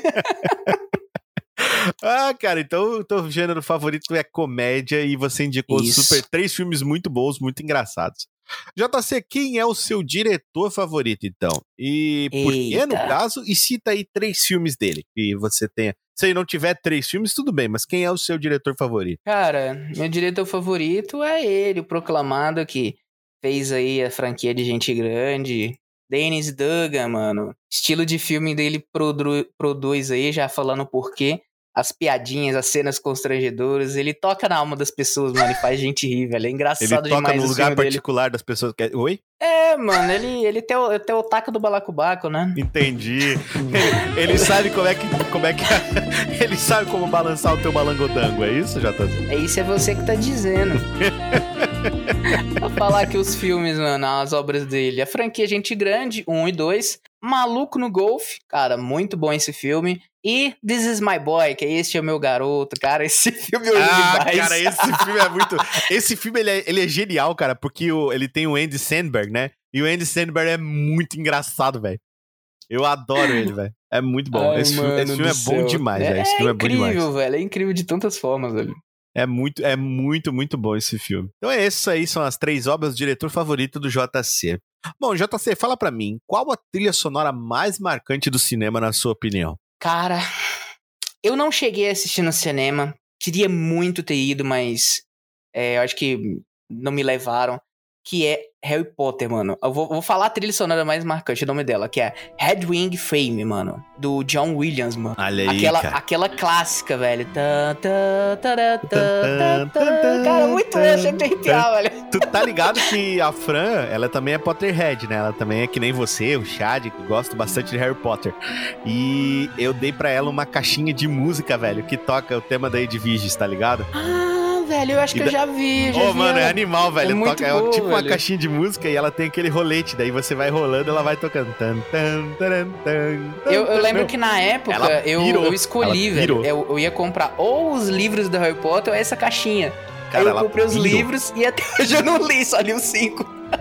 Cara, então o teu gênero favorito é comédia e você indicou 3 filmes muito bons, muito engraçados. JC, quem é o seu diretor favorito, então? E por que, no caso? E cita aí 3 filmes dele que você tenha. Se não tiver 3 filmes, tudo bem, mas quem é o seu diretor favorito? Cara, meu diretor favorito é ele, o proclamado que fez aí a franquia de Gente Grande, Dennis Dugan, mano. Estilo de filme dele produz aí, já falando o porquê. As piadinhas, as cenas constrangedoras, ele toca na alma das pessoas, mano, e faz gente rir, velho. É engraçado demais. Ele toca no lugar particular das pessoas. Oi? Mano, ele tem o taco do balacobaco, né? Entendi. Ele sabe como é que ele sabe como balançar o teu balangodango, é isso, JZ? Isso é você que tá dizendo. Vou falar aqui os filmes, mano, as obras dele. A franquia Gente Grande, 1 e 2. Maluco no Golfe, cara, muito bom esse filme. E This Is My Boy, que Este é o Meu Garoto, cara, esse filme é demais. Cara, esse filme é muito... Esse filme, ele é genial, cara, porque ele tem o Andy Samberg, né? E o Andy Samberg é muito engraçado, velho. Eu adoro ele, velho. É muito bom. Esse filme é bom demais, velho. Esse filme é bom demais. É incrível, velho. É incrível de tantas formas, velho. É muito, muito bom esse filme. Então isso aí são as 3 obras do diretor favorito do JC. Bom, JC, fala pra mim, qual a trilha sonora mais marcante do cinema, na sua opinião? Cara, eu não cheguei a assistir no cinema. Queria muito ter ido, mas eu acho que não me levaram. que é Harry Potter, mano. Eu vou falar a trilha sonora mais marcante, o nome dela, que é Hedwig Fame, mano. Do John Williams, mano. Olha aí, aquela clássica, velho. Cara, muito bom, chega de arrepiar, velho. Tu tá ligado que a Fran, ela também é Potterhead, né? Ela também é que nem você, o Chad, que gosta bastante de Harry Potter. E eu dei pra ela uma caixinha de música, velho, que toca o tema da Edviges, tá ligado? Velho, eu acho que eu já vi. Mano, é animal, velho. Muito boa, tipo uma velho. Caixinha de música e ela tem aquele rolete. Daí você vai rolando, ela vai tocando. Eu lembro que na época eu escolhi, velho. Eu ia comprar ou os livros do Harry Potter ou essa caixinha. Cara, aí eu comprei os livros e até hoje eu não li, só li os 5.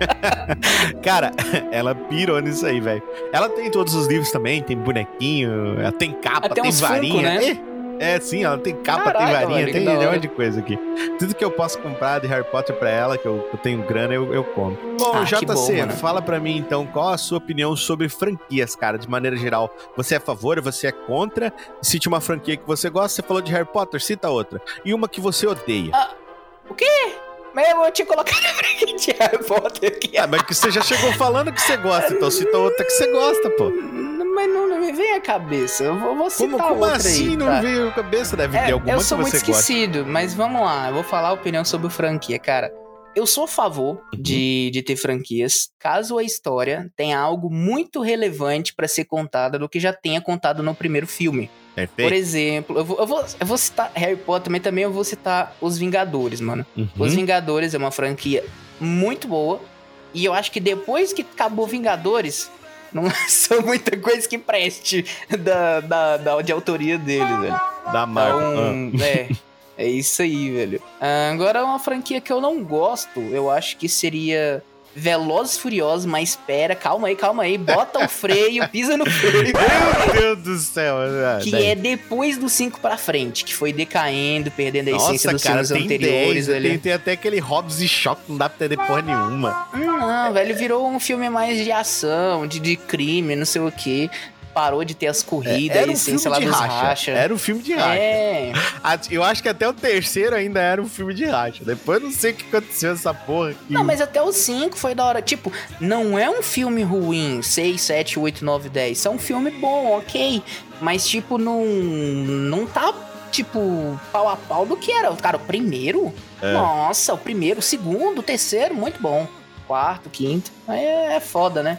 Cara, ela pirou nisso aí, velho. Ela tem todos os livros também, tem bonequinho, ela tem capa, tem varinha. Funko, né? Sim, ela tem capa, caraca, tem varinha, velho, tem um monte de coisa aqui. Tudo que eu posso comprar de Harry Potter pra ela, que eu tenho grana, eu compro. Bom, JC, fala pra mim então, qual a sua opinião sobre franquias, cara, de maneira geral? Você é a favor, você é contra? Cite uma franquia que você gosta, você falou de Harry Potter, cita outra. E uma que você odeia. O quê? Mas eu vou te colocar na franquia de Harry Potter aqui. Mas que você já chegou falando que você gosta, então cita outra que você gosta, pô. Mas não me vem a cabeça. Eu vou citar como outra assim aí, não tá? veio a cabeça? Deve ter alguma eu que sou você muito gosta. esquecido, mas vamos lá. Eu vou falar a opinião sobre franquia, cara. Eu sou a favor de ter franquias, caso a história tenha algo muito relevante pra ser contada do que já tenha contado no primeiro filme. Perfeito. Por exemplo, eu vou citar Harry Potter, mas também eu vou citar Os Vingadores, mano. Os Vingadores é uma franquia muito boa. E eu acho que depois que acabou Vingadores, não lançou muita coisa que preste de autoria dele, velho. Da Marvel. Então, é isso aí, velho. Agora, uma franquia que eu não gosto, eu acho que seria Velozes e Furiosos, mas espera, calma aí, bota o freio, pisa no freio. Meu Deus do céu. Que é depois do 5 pra frente, que foi decaindo, perdendo a essência dos filmes anteriores. 10, tem até aquele Hobbs e Shaw, não dá pra ter porra nenhuma. Não, velho, virou um filme mais de ação, de crime, não sei o quê. Parou de ter as corridas, era um essência lá filme dos de racha. Era um filme de racha. Eu acho que até o terceiro ainda era um filme de racha. Depois eu não sei o que aconteceu essa porra aqui. Não, mas até o 5 foi da hora. Tipo, não é um filme ruim, 6, 7, 8, 9, 10. É um filme bom, ok. Mas, tipo, não tá, tipo, pau a pau do que era. Cara, o primeiro? Nossa, o primeiro, o segundo, o terceiro, muito bom. Quarto, quinto, é foda, né?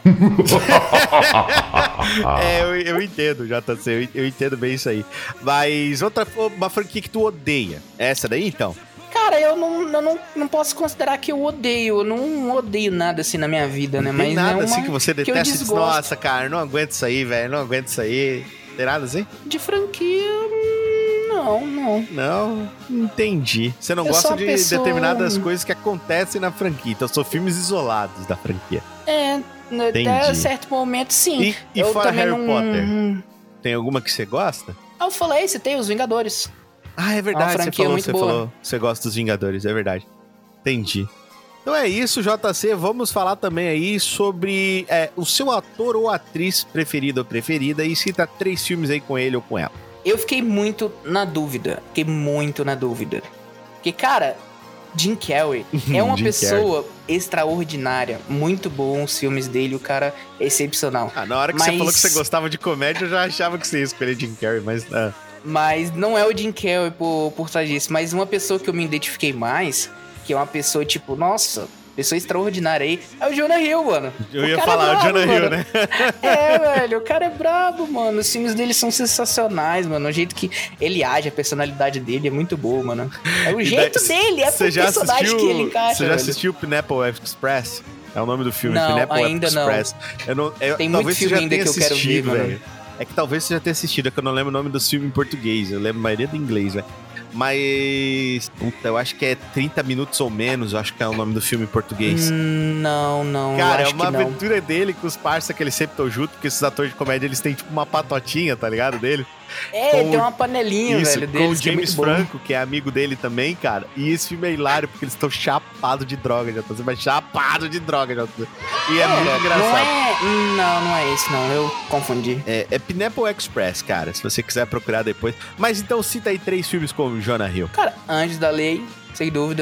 Eu entendo, JC, eu entendo bem isso aí. Mas uma franquia que tu odeia, essa daí, então? Cara, eu não posso considerar que eu odeio. Eu não odeio nada assim na minha vida, né? Não tem mas nada é assim que você detesta e diz, nossa, cara, não aguento isso aí, velho, não aguento isso aí. Tem nada assim? De franquia, Não, entendi. Você não gosta de determinadas coisas que acontecem na franquia, então são filmes isolados da franquia. Até certo momento, sim. E fora Harry Potter, tem alguma que você gosta? Eu falei, você tem Os Vingadores. É verdade, você falou, você gosta dos Vingadores, é verdade. Entendi. Então é isso, JC, vamos falar também aí sobre o seu ator ou atriz preferido ou preferida e cita 3 filmes aí com ele ou com ela. Eu fiquei muito na dúvida. Porque, cara, Jim Carrey é uma pessoa extraordinária. Muito bom os filmes dele, o cara é excepcional. Na hora que você falou que você gostava de comédia, eu já achava que você ia escolher Jim Carrey, mas... Mas não é o Jim Carrey por trás disso, mas uma pessoa que eu me identifiquei mais, que é uma pessoa, tipo, nossa... Pessoa extraordinária aí. É o Jonah Hill, mano. Eu ia falar, o Jonah Hill, né? Velho, o cara é brabo, mano. Os filmes dele são sensacionais, mano. O jeito que ele age, a personalidade dele é muito boa, mano. É o jeito dele, é o personagem que ele encaixa. Você já assistiu Pineapple Express? É o nome do filme, não, Pineapple ainda Express. Não. Tem muito filme ainda que eu quero ver, mano. É que talvez você já tenha assistido, é que eu não lembro o nome do filme em português. Eu lembro a maioria do inglês, velho. Mas, puta, eu acho que é 30 minutos ou menos, eu acho que é o nome do filme em português. Não. Cara, é uma aventura dele com os parça que eles sempre estão junto, porque esses atores de comédia, eles têm tipo uma patotinha, tá ligado, dele? Ele tem uma panelinha, isso, velho, deles, com o James Franco, que é amigo dele também, cara. E esse filme é hilário, porque eles estão chapados de droga, já estão chapado de droga, já. E é muito engraçado. Não é esse, não. Eu confundi. É Pineapple Express, cara, se você quiser procurar depois. Mas então cita aí 3 filmes com o Jonah Hill. Cara, Anjos da Lei, sem dúvida.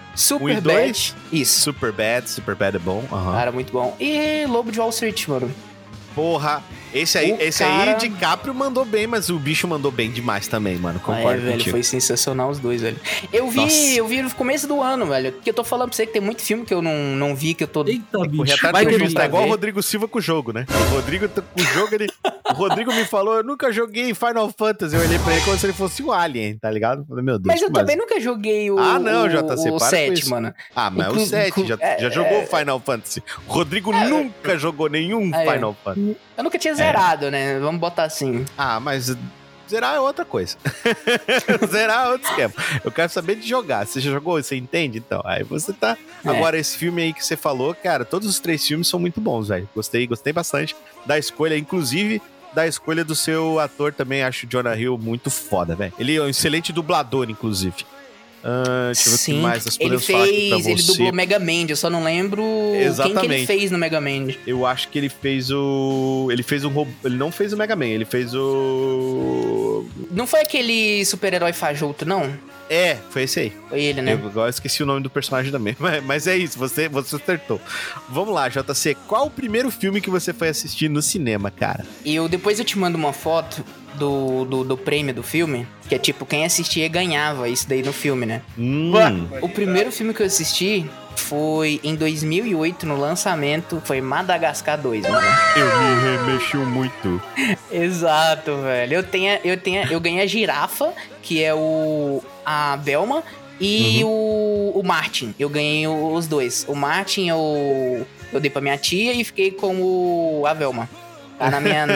Superbad. Isso. Superbad é bom. Cara, muito bom. E Lobo de Wall Street, mano. Porra, esse aí, DiCaprio mandou bem, mas o bicho mandou bem demais também, mano. Concordo velho, contigo. foi sensacional os dois, velho. Eu vi no começo do ano, velho. Porque eu tô falando pra você que tem muito filme que eu não vi, que eu tô... Eita, bicho. Tá igual o Rodrigo Silva com o jogo, né? O Rodrigo com o jogo, o Rodrigo me falou, eu nunca joguei Final Fantasy. Eu olhei pra ele como se ele fosse o Alien, tá ligado? Falei, meu Deus. Mas eu também nunca joguei o JC, o 7, mano. Ah, mas o 7, já jogou Final Fantasy. O Rodrigo nunca jogou nenhum Final Fantasy. Eu nunca tinha zerado, né? Vamos botar assim. Ah, mas zerar é outra coisa. Zerar é outro esquema. Eu quero saber de jogar. Você já jogou? Você entende? Então, aí você tá... Agora, esse filme aí que você falou, cara, todos os 3 filmes são muito bons, velho. Gostei bastante da escolha, inclusive da escolha do seu ator também. Acho o Jonah Hill muito foda, velho. Ele é um excelente dublador, inclusive. Deixa eu ver o que mais nós podemos falar aqui pra você. Ele dublou Mega Man, eu só não lembro quem que ele fez no Mega Man. Eu acho que ele fez o... Ele não fez o Mega Man, ele fez o... Não foi aquele super-herói fajuto, não? Foi esse aí. Foi ele, né? Eu agora esqueci o nome do personagem também. Mas é isso, você acertou. Vamos lá, JC. Qual o primeiro filme que você foi assistir no cinema, cara? Depois eu te mando uma foto do prêmio do filme, que é tipo, quem assistia ganhava isso daí no filme, né? O primeiro filme que eu assisti foi em 2008, no lançamento, foi Madagascar 2, mano. Eu me remexi muito. Exato, velho. Eu ganhei a girafa, que é a Velma, e o Martin. Eu ganhei os dois. O Martin eu dei pra minha tia e fiquei com a Velma. Tá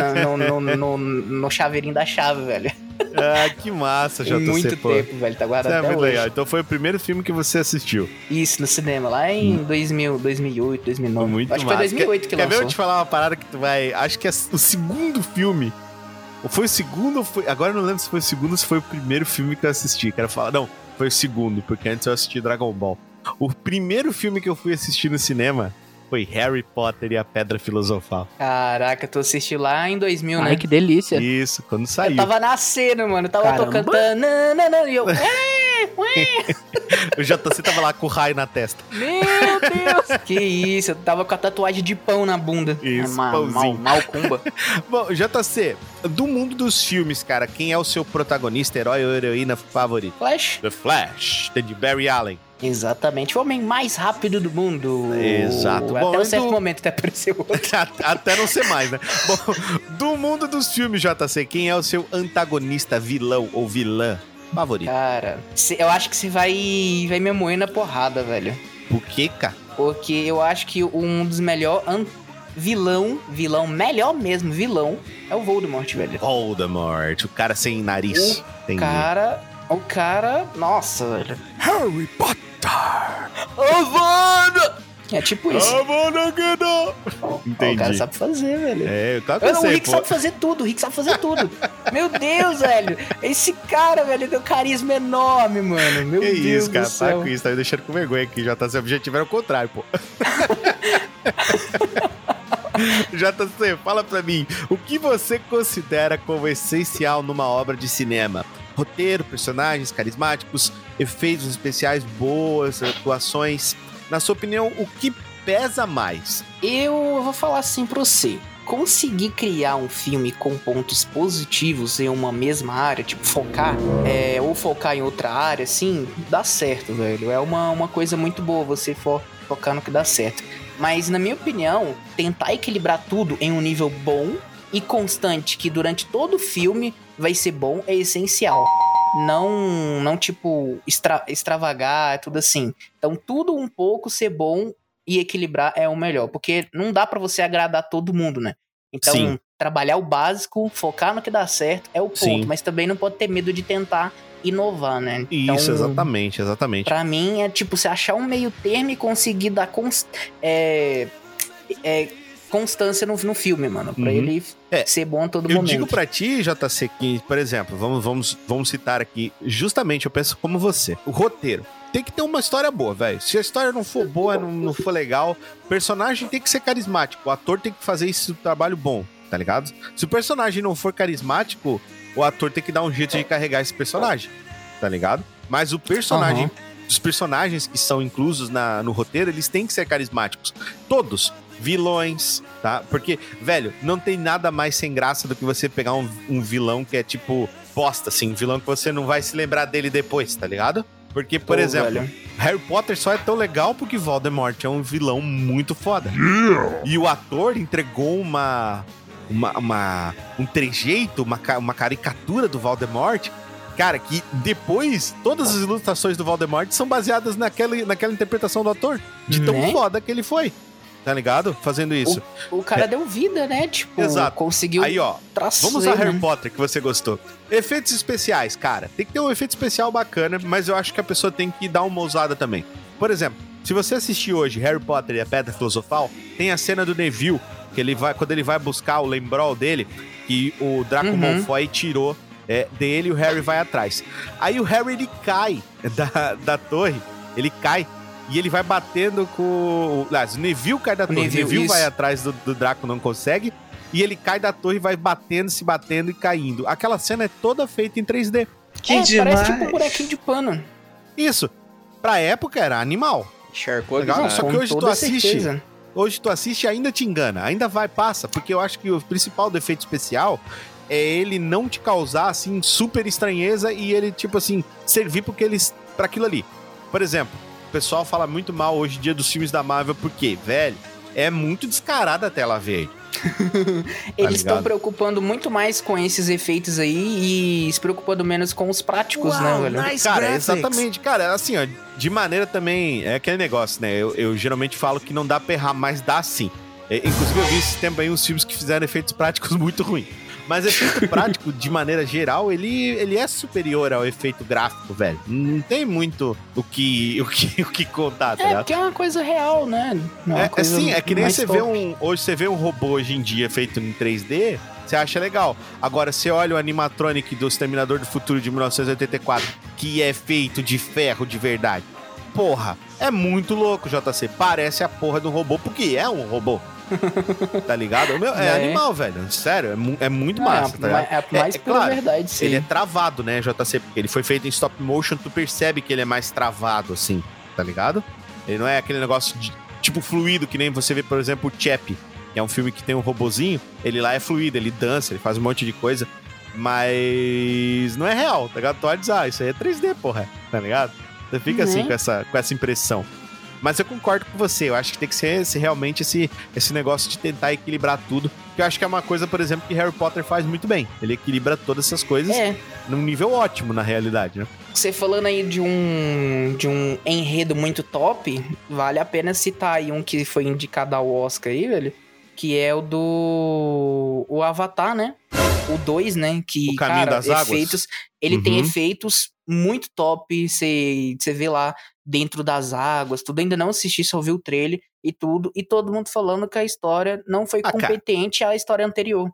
no chaveirinho da chave, velho. Ah, que massa, JC. Muito tempo, velho. Tá guardado até muito hoje. legal. Então foi o primeiro filme que você assistiu. Isso, no cinema, lá em 2008, 2009. Muito acho massa. Que foi 2008 que lançou. Quer ver eu te falar uma parada que tu vai... Acho que é o segundo filme... Ou foi o segundo ou foi... Agora eu não lembro se foi o segundo ou se foi o primeiro filme que eu assisti. Quero falar... Não, foi o segundo, porque antes eu assisti Dragon Ball. O primeiro filme que eu fui assistir no cinema... foi Harry Potter e a Pedra Filosofal. Caraca, tu assistiu lá em 2000, né? Ai, que delícia. Isso, quando saiu. Eu tava nascendo, mano. Eu tava tocando... E eu... O JC tava lá com o raio na testa. Meu Deus! Que isso, eu tava com a tatuagem de pão na bunda. Isso, pãozinho. Malcumba. Bom, JC, do mundo dos filmes, cara, quem é o seu protagonista, herói ou heroína favorito? Flash. The Flash, de Barry Allen. Exatamente, o homem mais rápido do mundo. Exato. Até um certo momento até apareceu outro. Até não ser mais, né? Bom, do mundo dos filmes, JC, quem é o seu antagonista, vilão ou vilã favorito? Cara, eu acho que você vai me moer na porrada, velho. Por quê, cara? Porque eu acho que um dos melhores vilão, melhor mesmo, vilão, é o Voldemort, velho. Voldemort, o cara sem nariz. O cara, nossa, velho. Harry Potter. Avada! É tipo isso. Avada, entendi. O cara sabe fazer, velho. O Rick sabe fazer tudo, Meu Deus, velho. Esse cara, velho, tem um carisma enorme, mano. Meu Deus isso, cara, do céu. tá com isso, tá me deixando com vergonha aqui. JC, o objetivo era o contrário, pô. JC, fala pra mim, o que você considera como essencial numa obra de cinema? Roteiro, personagens carismáticos, efeitos especiais boas, atuações. Na sua opinião, o que pesa mais? Eu vou falar assim pra você. Conseguir criar um filme com pontos positivos em uma mesma área, tipo focar, ou focar em outra área, assim, dá certo, velho. É uma coisa muito boa você focar no que dá certo. Mas, na minha opinião, tentar equilibrar tudo em um nível bom e constante, que durante todo o filme vai ser bom, é essencial. Não tipo, extravagar, tudo assim. Então, tudo um pouco ser bom e equilibrar é o melhor. Porque não dá pra você agradar todo mundo, né? Então, trabalhar o básico, focar no que dá certo é o ponto. Sim. Mas também não pode ter medo de tentar inovar, né? Então, isso, exatamente. Pra mim, é tipo, você achar um meio termo e conseguir dar constância no filme, mano. Pra ele ser bom a todo momento. Eu digo pra ti, JC, que, por exemplo, vamos citar aqui, justamente, eu penso como você. O roteiro. Tem que ter uma história boa, velho. Se a história não for boa, não for legal, o personagem tem que ser carismático. O ator tem que fazer esse trabalho bom, tá ligado? Se o personagem não for carismático, o ator tem que dar um jeito de carregar esse personagem, tá ligado? Mas o personagem dos personagens que são inclusos no roteiro, eles têm que ser carismáticos. Todos. Vilões, tá? Porque, velho, não tem nada mais sem graça do que você pegar um vilão que é tipo bosta, assim. Um vilão que você não vai se lembrar dele depois, tá ligado? Porque, por exemplo, velho, Harry Potter só é tão legal porque Voldemort é um vilão muito foda. E o ator entregou um trejeito, uma caricatura do Voldemort, cara, que depois todas as ilustrações do Voldemort são baseadas naquela interpretação do ator, de tão foda que ele foi. Tá ligado? Fazendo isso. O cara deu vida, né? Tipo, exato. Conseguiu. Aí, ó, vamos a Harry Potter, que você gostou. Efeitos especiais, cara. Tem que ter um efeito especial bacana, mas eu acho que a pessoa tem que dar uma ousada também. Por exemplo, se você assistir hoje Harry Potter e a Pedra Filosofal, tem a cena do Neville, que quando ele vai buscar o lembrol dele, que o Draco Malfoy tirou dele e o Harry vai atrás. Aí o Harry, ele cai da torre, ele cai. E ele vai batendo com... o Neville cai da torre. O Neville vai atrás do Draco, não consegue. E ele cai da torre e vai batendo, se batendo e caindo. Aquela cena é toda feita em 3D. Que demais. Parece tipo um bonequinho de pano. Isso. Pra época era animal. Legal? Só que hoje tu assiste... Hoje tu assiste e ainda te engana. Ainda passa. Porque eu acho que o principal do efeito especial é ele não te causar, assim, super estranheza e ele, tipo assim, servir pra aquilo ali. Por exemplo... O pessoal fala muito mal hoje em dia dos filmes da Marvel, porque, velho, é muito descarada a tela verde. Eles estão preocupando muito mais com esses efeitos aí e se preocupando menos com os práticos, né, velho? Nice cara, graphics. Exatamente. Cara, assim, ó, de maneira também, é aquele negócio, né? Eu geralmente falo que não dá pra errar, mas dá sim. Inclusive, eu vi esse tempo aí uns filmes que fizeram efeitos práticos muito ruins. Mas efeito prático, de maneira geral, ele é superior ao efeito gráfico, velho. Não tem muito o que contar, tá ligado? Porque é uma coisa real, né? Assim, é que nem você vê hoje você vê um robô hoje em dia feito em 3D, você acha legal. Agora, você olha o animatronic do Exterminador do Futuro de 1984, que é feito de ferro de verdade. Porra, é muito louco, JC. Parece a porra de um robô, porque é um robô. Tá ligado? É animal, velho. Sério, é muito massa, tá ligado? É mais pela claro, verdade, sim. Ele é travado, né, JC? Porque ele foi feito em stop motion, tu percebe que ele é mais travado, assim, tá ligado? Ele não é aquele negócio de, tipo fluido, que nem você vê, por exemplo, o Chappie, que é um filme que tem um robozinho, ele lá é fluido, ele dança, ele faz um monte de coisa, mas não é real, tá ligado? Tu vai dizer, isso aí é 3D, porra, tá ligado? Você fica assim com essa impressão. Mas eu concordo com você, eu acho que tem que ser realmente esse negócio de tentar equilibrar tudo, que eu acho que é uma coisa, por exemplo, que Harry Potter faz muito bem. Ele equilibra todas essas coisas num nível ótimo, na realidade, né? Você falando aí de um enredo muito top, vale a pena citar aí um que foi indicado ao Oscar aí, velho, que é o Avatar, né? O 2, né? Que, o Caminho das Águas. Efeitos, ele tem efeitos muito top, você vê lá dentro das águas, tudo. Ainda não assisti, só vi o trailer e tudo, e todo mundo falando que a história não foi competente à história anterior.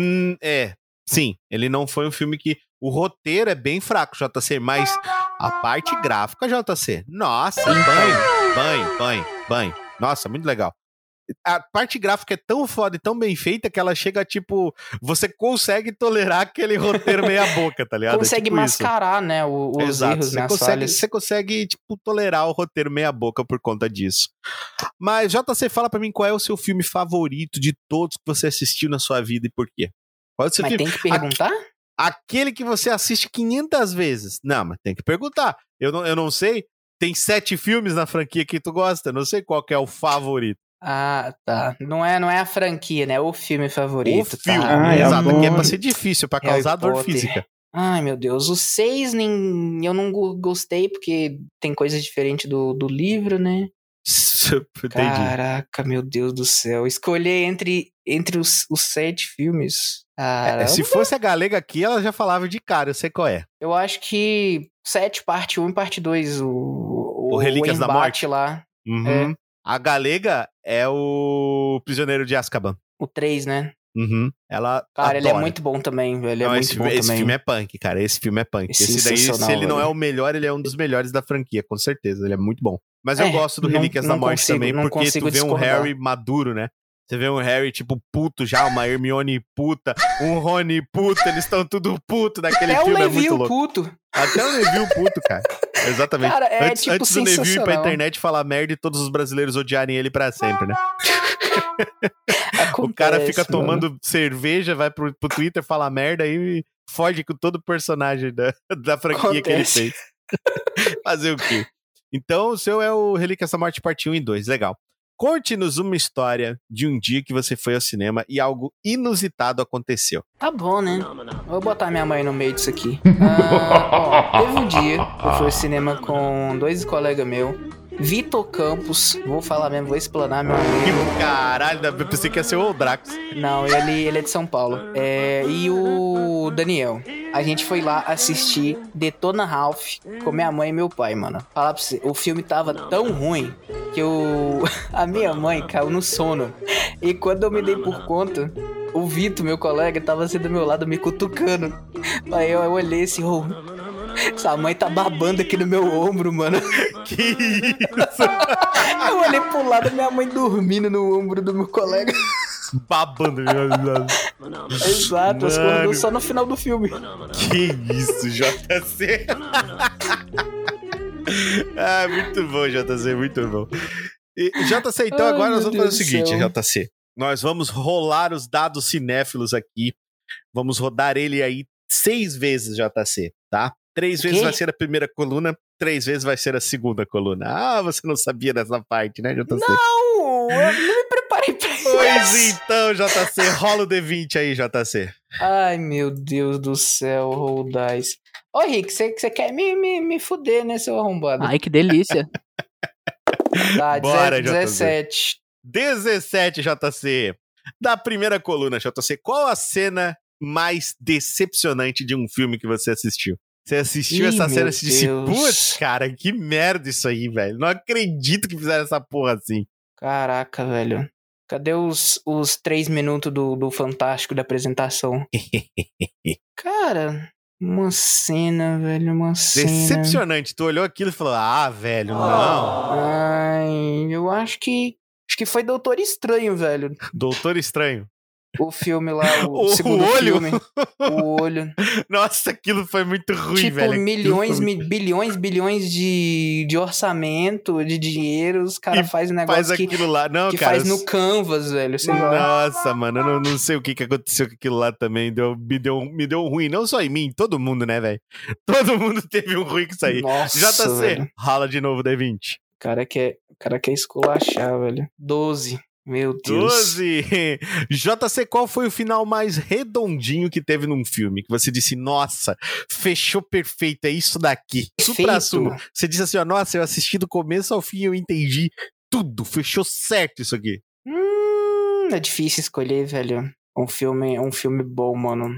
Sim, ele não foi um filme que... O roteiro é bem fraco, JC, mas a parte gráfica, JC, nossa, banho. Nossa, muito legal. A parte gráfica é tão foda e tão bem feita que ela chega, tipo... Você consegue tolerar aquele roteiro meia boca, tá ligado? Consegue tipo mascarar, né, os erros, né, você consegue, tipo, tolerar o roteiro meia boca por conta disso. Mas, JC, fala pra mim qual é o seu filme favorito de todos que você assistiu na sua vida e por quê? Qual é o seu filme? Tem que perguntar? Aquele que você assiste 500 vezes. Não, mas tem que perguntar. Eu não sei. Tem 7 filmes na franquia que tu gosta. Eu não sei qual que é o favorito. Ah, tá. Não é a franquia, né? O filme favorito. O filme, exato. Aqui é pra ser difícil, pra causar dor física. Ai, meu Deus. O 6 eu não gostei, porque tem coisa diferente do livro, né? Entendi. Caraca, meu Deus do céu. Escolher entre os 7 filmes. Se fosse a galega aqui, ela já falava de cara, eu sei qual é. Eu acho que 7, parte 1 e parte 2. O Relíquias da Morte lá. Uhum. A galega é o Prisioneiro de Azkaban. O 3, né? Uhum. Ela cara, adora. ele é muito bom também, velho. Esse filme é punk, cara. Esse filme é punk. Esse daí, se ele não é o melhor, ele é um dos melhores da franquia, com certeza. Ele é muito bom. Mas eu gosto do Relíquias da Morte também, porque tu vê um Harry maduro, né? Você vê um Harry, tipo, puto já, uma Hermione puta, um Rony puto, eles estão tudo puto naquele Até filme, o é muito Neville louco. puto. Até o Neville puto, cara. Exatamente. Cara, é antes, tipo antes do Neville ir pra sensacional. internet falar merda e todos os brasileiros odiarem ele pra sempre, né? Acontece, o cara fica mano. tomando cerveja, vai pro Twitter falar merda e foge com todo o personagem da franquia que ele fez. Fazer o quê? Então, o seu é o Relíquias da Morte parte 1 e 2. Legal. Conte-nos uma história de um dia que você foi ao cinema e algo inusitado aconteceu. Tá bom, né? Vou botar minha mãe no meio disso aqui. Teve um dia que eu fui ao cinema com 2 colegas meus. Vitor Campos, vou falar mesmo, vou explanar meu amigo. Caralho, eu pensei que ia ser o Drax. Não, ele é de São Paulo. E o Daniel. A gente foi lá assistir Detona Ralph com minha mãe e meu pai, mano. Falar pra você, o filme tava tão ruim que a minha mãe caiu no sono. E quando eu me dei por conta, o Vitor, meu colega, tava assim do meu lado me cutucando. Aí eu olhei assim, essa mãe tá babando aqui no meu ombro, mano. Que isso? Eu olhei pro lado, minha mãe dormindo no ombro do meu colega. Babando. Exato, acordou só no final do filme. Que isso, JC. Muito bom, JC, muito bom. E, JC, então Ai, agora nós vamos fazer o Deus seguinte, do céu. JC. Nós vamos rolar os dados cinéfilos aqui. Vamos rodar ele aí 6 vezes, JC, tá? 3 vezes vai ser a primeira coluna, 3 vezes vai ser a segunda coluna. Ah, você não sabia dessa parte, né, JC? Não, eu não me preparei pra isso. Pois então, JC, rola o D20 aí, JC. Ai, meu Deus do céu, roll dice. Ô, Rick, você quer me fuder, né, seu arrombado? Ai, que delícia. Tá, Bora, 17. 17, JC. Da primeira coluna, JC, qual a cena mais decepcionante de um filme que você assistiu? Você assistiu essa cena e disse, putz, cara, que merda isso aí, velho. Não acredito que fizeram essa porra assim. Caraca, velho. Cadê os 3 minutos do Fantástico da apresentação? Cara, uma cena, velho, uma cena. Decepcionante. Tu olhou aquilo e falou, velho, não. Ai, eu acho que foi Doutor Estranho, velho. Doutor Estranho. O filme lá, o segundo olho? filme. O olho. Nossa, aquilo foi muito ruim, tipo, velho. bilhões de orçamento, de dinheiro, os caras fazem um negócio faz aquilo lá. Não, que cara, faz no Canvas, velho, sei lá. Nossa, mano, eu não sei o que aconteceu com aquilo lá também. Me deu um ruim, não só em mim, todo mundo, né, velho? Todo mundo teve um ruim com isso aí. Nossa, JC, velho. rala de novo, D20. O cara quer esculachar, velho. 12. Meu Deus. 12! JC, qual foi o final mais redondinho que teve num filme? Que você disse, nossa, fechou perfeito, é isso daqui. Supra-sumo. Você disse assim, ó, nossa, eu assisti do começo ao fim, eu entendi tudo, fechou certo isso aqui. É difícil escolher, velho. Um filme bom, mano.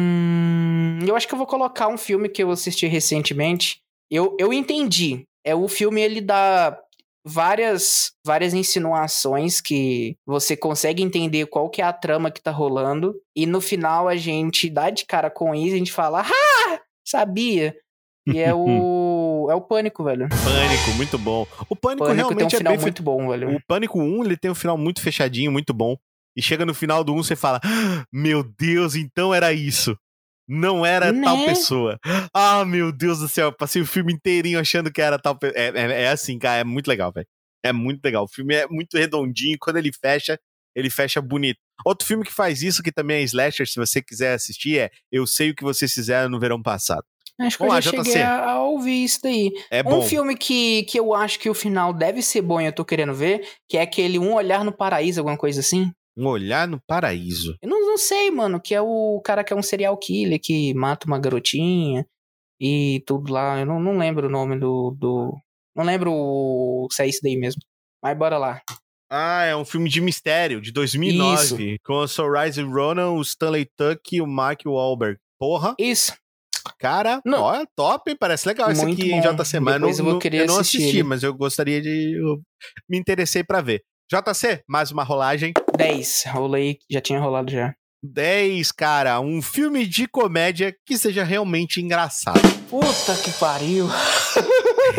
Eu acho que eu vou colocar um filme que eu assisti recentemente. Eu entendi. O filme, ele dá várias insinuações que você consegue entender qual que é a trama que tá rolando, e no final a gente dá de cara com isso, a gente fala, sabia? E é o Pânico, velho. Pânico, muito bom. O Pânico realmente tem um final é bem muito bom, velho. O Pânico 1, ele tem um final muito fechadinho, muito bom, e chega no final do 1, você fala, meu Deus, então era isso. Não era tal pessoa. Meu Deus do céu, eu passei o filme inteirinho achando que era tal pessoa. É assim, cara, é muito legal, velho. É muito legal. O filme é muito redondinho, quando ele fecha bonito. Outro filme que faz isso, que também é slasher, se você quiser assistir, é Eu Sei o que Vocês Fizeram no Verão Passado. Acho que eu já cheguei a ouvir isso daí. É bom. Um filme que eu acho que o final deve ser bom e eu tô querendo ver, que é aquele Um Olhar no Paraíso, alguma coisa assim. Um Olhar no Paraíso. Eu não sei, mano, que é o cara que é um serial killer, que mata uma garotinha e tudo lá. Eu não lembro o nome do... Não lembro se é isso daí mesmo. Mas bora lá. É um filme de mistério, de 2009. Isso. Com a Saoirse Ronan, o Stanley Tucci e o Mark Wahlberg. Porra. Isso. Cara, ó, top, hein? Parece legal esse aqui em JC. Mas eu não assisti, mas eu gostaria de... Eu me interessei pra ver. JC, mais uma rolagem. 10. Rolei, já tinha rolado já. 10, cara. Um filme de comédia que seja realmente engraçado. Puta que pariu.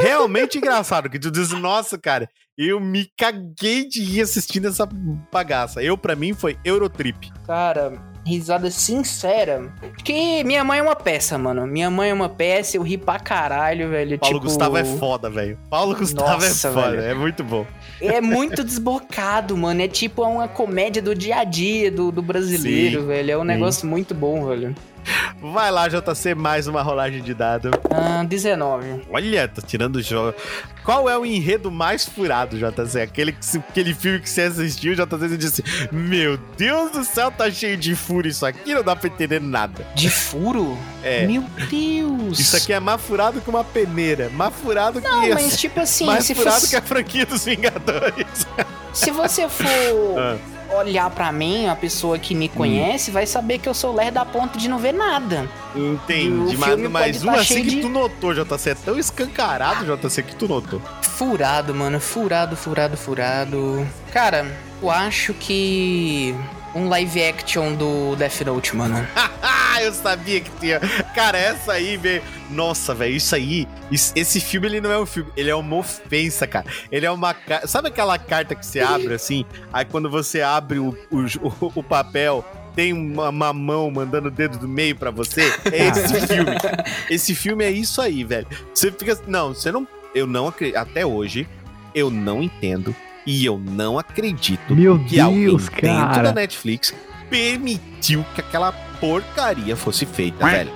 realmente engraçado, que tu diz, nossa, cara, eu me caguei de rir assistindo essa bagaça. Pra mim, foi Eurotrip. Cara, risada sincera. Porque minha mãe é uma peça, mano. Minha mãe é uma peça, eu ri pra caralho, velho. Paulo Gustavo é foda, velho. Paulo Gustavo é foda, velho. É muito bom. É muito desbocado, mano. É tipo uma comédia do dia a dia do brasileiro, velho. É um negócio muito bom, velho. Vai lá, JC, mais uma rolagem de dado. 19. Olha, tô tirando o jogo. Qual é o enredo mais furado, JC? Aquele filme que você assistiu, JC, você disse, meu Deus do céu, tá cheio de furo isso aqui, não dá pra entender nada. De furo? É. Meu Deus. Isso aqui é mais furado que uma peneira. Mais furado que não, mas tipo assim... mais furado que a franquia dos Vingadores. Se você for... olhar pra mim, a pessoa que me conhece vai saber que eu sou lerdo a ponto de não ver nada. Entendi, mas uma assim que tu notou, JC, é tão escancarado, JC, que tu notou. Furado, mano, furado. Cara, eu acho que um live action do Death Note, mano. Eu sabia que tinha. Cara, essa aí, velho. Nossa, velho, isso aí. Esse filme, ele não é um filme, ele é uma ofensa, cara. Ele é uma. Sabe aquela carta que você abre assim? Aí quando você abre o papel, tem uma mão mandando o dedo do meio pra você? É esse filme. Esse filme é isso aí, velho. Você fica. Não, você não. Eu não acredito. Até hoje, eu não entendo. E eu não acredito que alguém dentro da Netflix permitiu que aquela porcaria fosse feita, velho.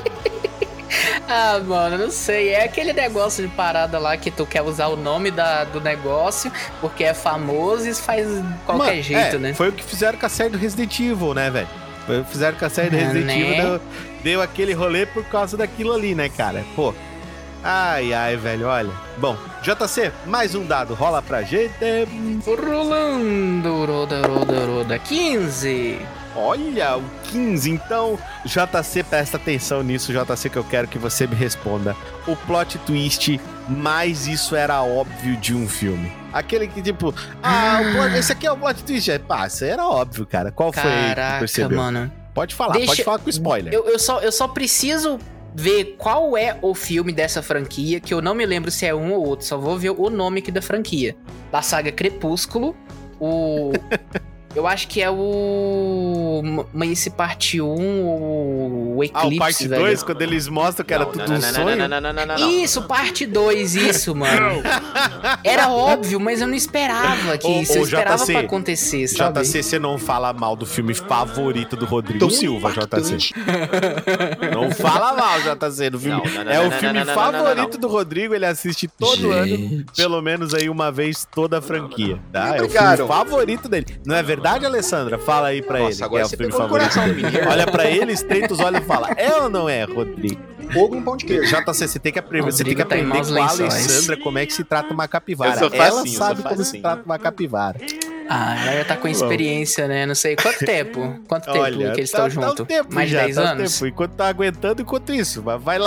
Mano, não sei. É aquele negócio de parada lá que tu quer usar o nome do negócio porque é famoso e faz qualquer jeito, né? Foi o que fizeram com a série do Resident Evil, né, velho? Foi o que fizeram com a série do Resident Evil. Deu aquele rolê por causa daquilo ali, né, cara? Pô. Ai, velho, olha. Bom, JC, mais um dado. Rola pra gente. Rolando, roda. 15. Olha, o 15. Então, JC, presta atenção nisso, JC, que eu quero que você me responda. O plot twist, mais isso era óbvio de um filme. Aquele que, tipo, esse aqui é o plot twist. Isso era óbvio, cara. Qual foi que tu percebeu? Mano. Pode falar com spoiler. Eu só preciso ver qual é o filme dessa franquia, que eu não me lembro se é um ou outro, só vou ver o nome aqui da franquia. Da saga Crepúsculo, eu acho que é esse parte 1, o Eclipse, o parte 2, quando eles mostram que era tudo um sonho? Não. Isso, parte 2, isso, mano. Era óbvio, mas eu não esperava que isso. Eu esperava pra acontecer, sabe? JC, você não fala mal do filme favorito do Rodrigo Silva, JC. Não fala mal, JC, do filme. É o filme favorito do Rodrigo, ele assiste todo ano, pelo menos aí uma vez toda a franquia, tá? É o filme favorito dele. Não é verdade? Alessandra? Fala aí pra ele, que é o filme favorito. Olha pra ele, estreita os olhos e fala, é ou não é, Rodrigo? Fogo no pão de queijo. JC, você tem que aprender com a Alessandra como é que se trata uma capivara. Ela sabe como se trata uma capivara. Ela já tá com experiência, né? Não sei. Quanto tempo? Olha, que eles estão juntos? Mais de 10 anos? Enquanto tá aguentando, enquanto isso. Mas vai lá.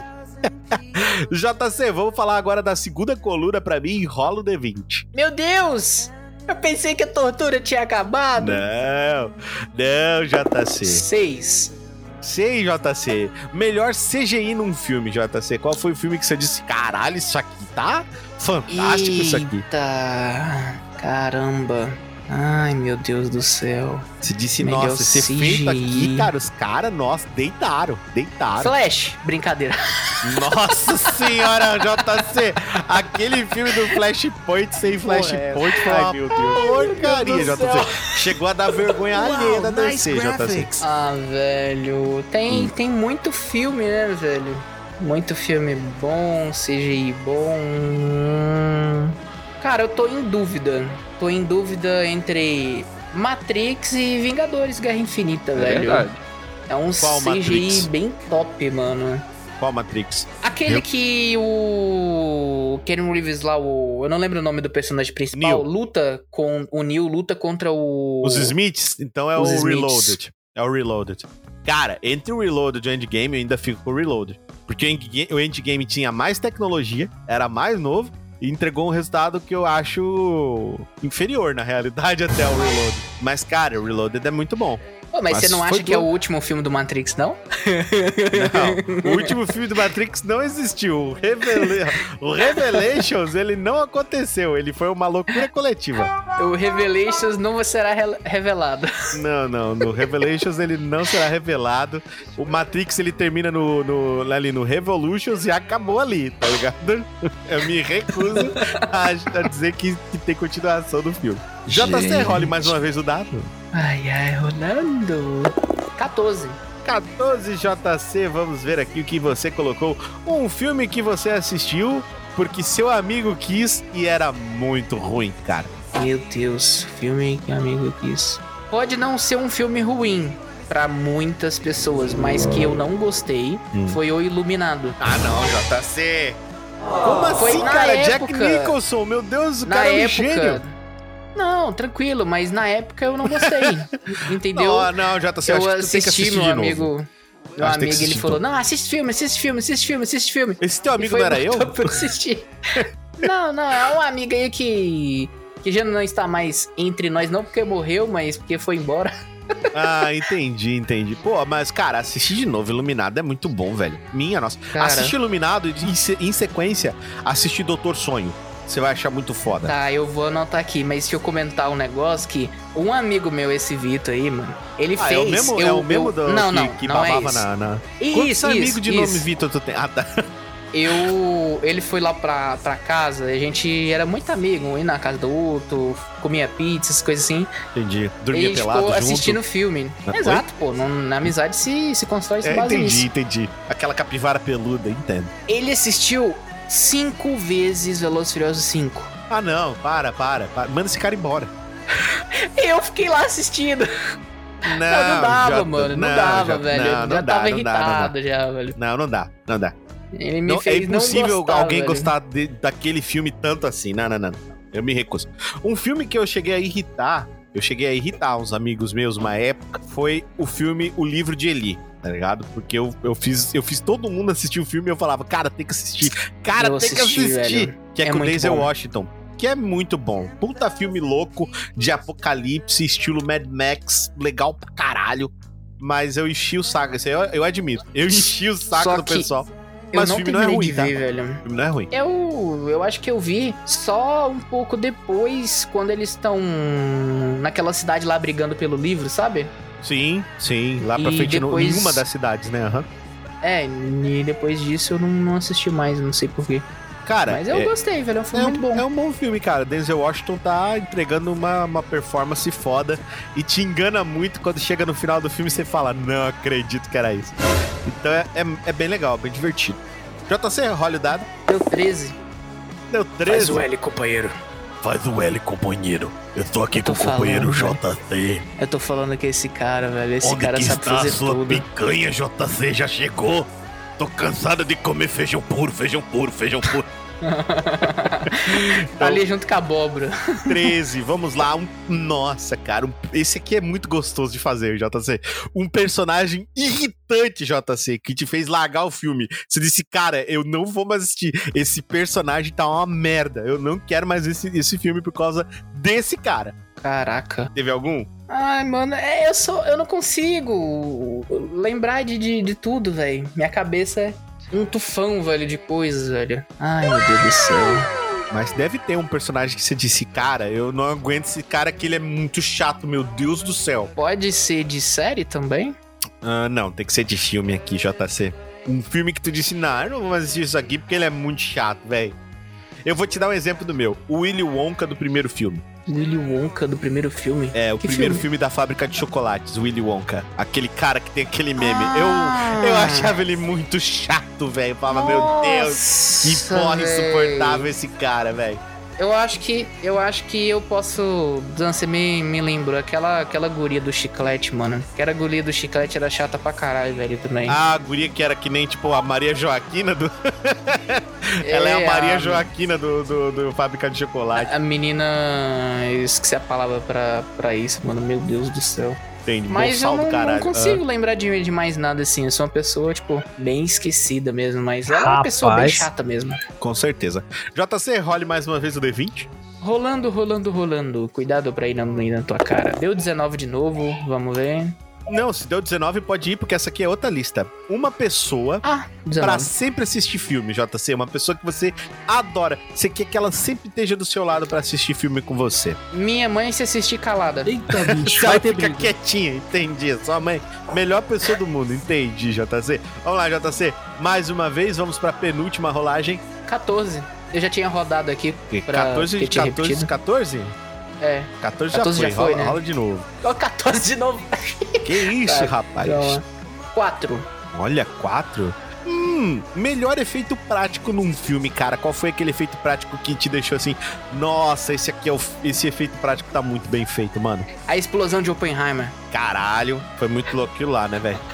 JC, vamos falar agora da segunda coluna pra mim, rola o D20. Meu Deus! Eu pensei que a tortura tinha acabado. Não, JC. 6, JC. Melhor CGI num filme, JC. Qual foi o filme que você disse, caralho, isso aqui tá fantástico, isso aqui? Eita, caramba. Ai, meu Deus do céu. Você disse, nossa, esse efeito aqui, cara, os caras, nossa, deitaram. Flash, brincadeira. Nossa senhora, JC, aquele filme do Flashpoint sem Flashpoint foi uma porcaria, JC. Chegou a dar vergonha alheia da DC, JC. Velho, tem muito filme, né, velho? Muito filme bom, CGI bom. Cara, eu tô em dúvida. Tô em dúvida entre Matrix e Vingadores Guerra Infinita, velho. Verdade. É um Qual CGI Matrix? Bem top, mano. Qual Matrix? Aquele que o Keanu Reeves lá, eu não lembro o nome do personagem principal, o Neo luta contra os Smiths? Então é o Reloaded. É o Reloaded. Cara, entre o Reloaded e o Endgame, eu ainda fico com o Reloaded. Porque o Endgame tinha mais tecnologia, era mais novo, e entregou um resultado que eu acho inferior, na realidade, até o Reloaded. Mas, cara, o Reloaded é muito bom. Mas você não acha que é o último filme do Matrix, não? Não, o último filme do Matrix não existiu. O Revelations, ele não aconteceu. Ele foi uma loucura coletiva. O Revelations não será revelado. Não. No Revelations ele não será revelado. O Matrix, ele termina ali no Revolutions e acabou ali, tá ligado? Eu me recuso a dizer que tem continuação do filme. JC, role mais uma vez o dado. Ai, rolando. 14. 14, JC, vamos ver aqui o que você colocou. Um filme que você assistiu porque seu amigo quis e era muito ruim, cara. Meu Deus, filme que amigo quis. Pode não ser um filme ruim pra muitas pessoas, mas que eu não gostei, foi O Iluminado. Ah não, JC. Como assim, cara? Jack Nicholson, meu Deus, o cara é um gênio. Não, tranquilo, mas na época eu não gostei. Entendeu? Não, JC, eu acho que tu tem que assisti, assistir meu de amigo. novo. Meu amigo, ele falou, não, assiste filme. Esse teu amigo não era eu? Pra eu assistir. Não, é um amigo aí que já não está mais entre nós, não porque morreu, mas porque foi embora. Ah, entendi. Pô, mas, cara, assistir de novo Iluminado é muito bom, velho. Minha nossa. Cara, assistir Iluminado e, em sequência, assistir Doutor Sonho. Você vai achar muito foda. Tá, eu vou anotar aqui, mas deixa eu comentar um negócio que um amigo meu, esse Vitor aí, mano, ele fez... É o mesmo, é o mesmo que babava é na... Quantos amigos de nome Vitor tu tem? Ah, tá. Ele foi lá pra casa, a gente era muito amigo, um ia na casa do outro, comia pizza, essas coisas assim. Entendi. Dormia pelado junto. Assistindo filme. Exato, pô, na amizade se constrói esse base nisso. Entendi. Aquela capivara peluda, entendo. Ele assistiu 5 vezes Velozes e Furiosos 5. Ah, não, para. Manda esse cara embora. Eu fiquei lá assistindo. Não dava, mano. Não dava, velho. Eu já tava irritado já, velho. Não dá. Ele me fez é impossível não gostar, alguém velho. gostar daquele filme tanto assim. Não. Eu me recuso. Um filme que eu cheguei a irritar uns amigos meus uma época, foi o filme O Livro de Eli, tá ligado? Porque eu fiz todo mundo assistir o filme e eu falava, cara, tem que assistir. Velho. Que é com Denzel Washington. Que é muito bom. Puta filme louco de apocalipse, estilo Mad Max, legal pra caralho. Mas eu enchi o saco, isso aí eu admito. Eu enchi o saco do pessoal. Mas o filme não é ruim, tá? Velho. O filme não é ruim. Eu acho que eu vi só um pouco depois, quando eles estão naquela cidade lá brigando pelo livro, sabe? Sim. Lá pra frente, em uma das cidades, né? Uhum. E depois disso eu não assisti mais, não sei porquê. Cara, mas eu gostei, velho, é um filme muito bom. É um bom filme, cara. Denzel Washington tá entregando uma performance foda e te engana muito quando chega no final do filme e você fala, não acredito que era isso. Então é bem legal, bem divertido. JC, role o dado. Deu 13. Faz o L, companheiro. Faz o L, companheiro. Eu tô aqui com o companheiro JC. Eu tô falando que esse cara, velho, Onde cara sabe fazer tudo. Onde que está a sua picanha, JC? Já chegou? Tô cansado de comer feijão puro. Tá ali junto com a abóbora. 13, vamos lá. Nossa, cara, esse aqui é muito gostoso de fazer, JC. Um personagem irritante, JC, que te fez largar o filme. Você disse, cara, eu não vou mais assistir. Esse personagem tá uma merda. Eu não quero mais esse filme por causa desse cara. Caraca. Teve algum? Ai, mano, eu não consigo lembrar de tudo, velho. Minha cabeça é um tufão, velho, de coisas, velho. Ai, meu Deus do céu. Mas deve ter um personagem que você disse, cara, eu não aguento esse cara que ele é muito chato, meu Deus do céu. Pode ser de série também? Não, tem que ser de filme aqui, JC. Um filme que tu disse, não, eu não vou assistir isso aqui porque ele é muito chato, velho. Eu vou te dar um exemplo do meu. O Willy Wonka do primeiro filme. Willy Wonka do primeiro filme? É, o primeiro filme da fábrica de chocolates, Willy Wonka. Aquele cara que tem aquele meme. Eu achava ele muito chato, velho. Eu falava, meu Deus, que porra insuportável esse cara, velho. Eu acho que eu posso... Você me lembrou. Aquela guria do chiclete, mano. Aquela guria do chiclete era chata pra caralho, velho, também. Ah, a guria que era que nem, tipo, a Maria Joaquina do... Ela é a Maria Joaquina do Fábrica de Chocolate. A menina... Eu esqueci a palavra pra isso, mano. Meu Deus do céu. Entendi. Mas eu não consigo lembrar de mais nada assim. Eu sou uma pessoa, tipo, bem esquecida mesmo. Mas ela é uma pessoa bem chata mesmo. Com certeza. JC, role mais uma vez o D20. Rolando. Cuidado pra ir na tua cara. Deu 19 de novo, vamos ver. Não, se deu 19 pode ir, porque essa aqui é outra lista. Uma pessoa pra sempre assistir filme, JC. Uma pessoa que você adora. Você quer que ela sempre esteja do seu lado pra assistir filme com você. Minha mãe se assistir calada. Eita, bicho. Vai ficar quietinha, entendi. Sua mãe, melhor pessoa do mundo, entendi, JC. Vamos lá, JC. Mais uma vez, vamos pra penúltima rolagem. 14. Eu já tinha rodado aqui. 14? É. 14 já foi, rola de novo. 14 de novo. Que isso, rapaz? 4. Olha, 4? Melhor efeito prático num filme, cara. Qual foi aquele efeito prático que te deixou assim? Nossa, esse efeito prático tá muito bem feito, mano. A explosão de Oppenheimer. Caralho, foi muito louco aquilo lá, né, velho?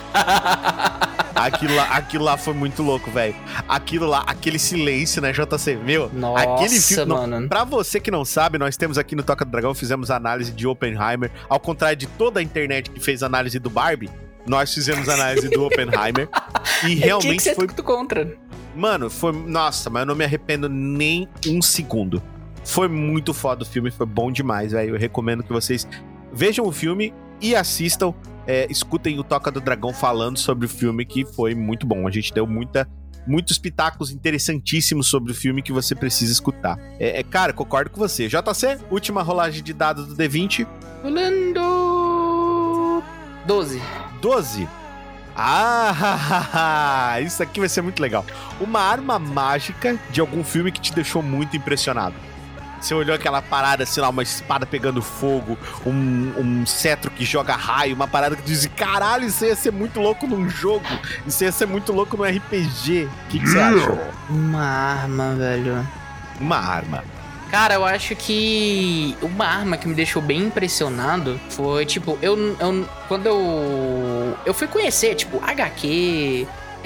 Aquilo lá foi muito louco, velho. Aquilo lá, aquele silêncio, né, JC? Meu, nossa, aquele filme. Mano. Pra você que não sabe, nós temos aqui no Toca do Dragão, fizemos análise de Oppenheimer. Ao contrário de toda a internet que fez análise do Barbie, nós fizemos análise do Oppenheimer. E realmente que foi. Contra? Mano, foi. Nossa, mas eu não me arrependo nem um segundo. Foi muito foda o filme, foi bom demais, velho. Eu recomendo que vocês vejam o filme e assistam. Escutem o Toca do Dragão falando sobre o filme, que foi muito bom. A gente deu muitos pitacos interessantíssimos sobre o filme que você precisa escutar. Cara, concordo com você. JC, última rolagem de dados do D20. Rolando 12. 12? Isso aqui vai ser muito legal. Uma arma mágica de algum filme que te deixou muito impressionado. Você olhou aquela parada, sei lá, uma espada pegando fogo, um cetro que joga raio, uma parada que diz, caralho, isso ia ser muito louco num jogo, isso ia ser muito louco num RPG. O que você acha? Uma arma, velho. Uma arma. Cara, eu acho que uma arma que me deixou bem impressionado foi, tipo, quando eu fui conhecer, tipo, HQ...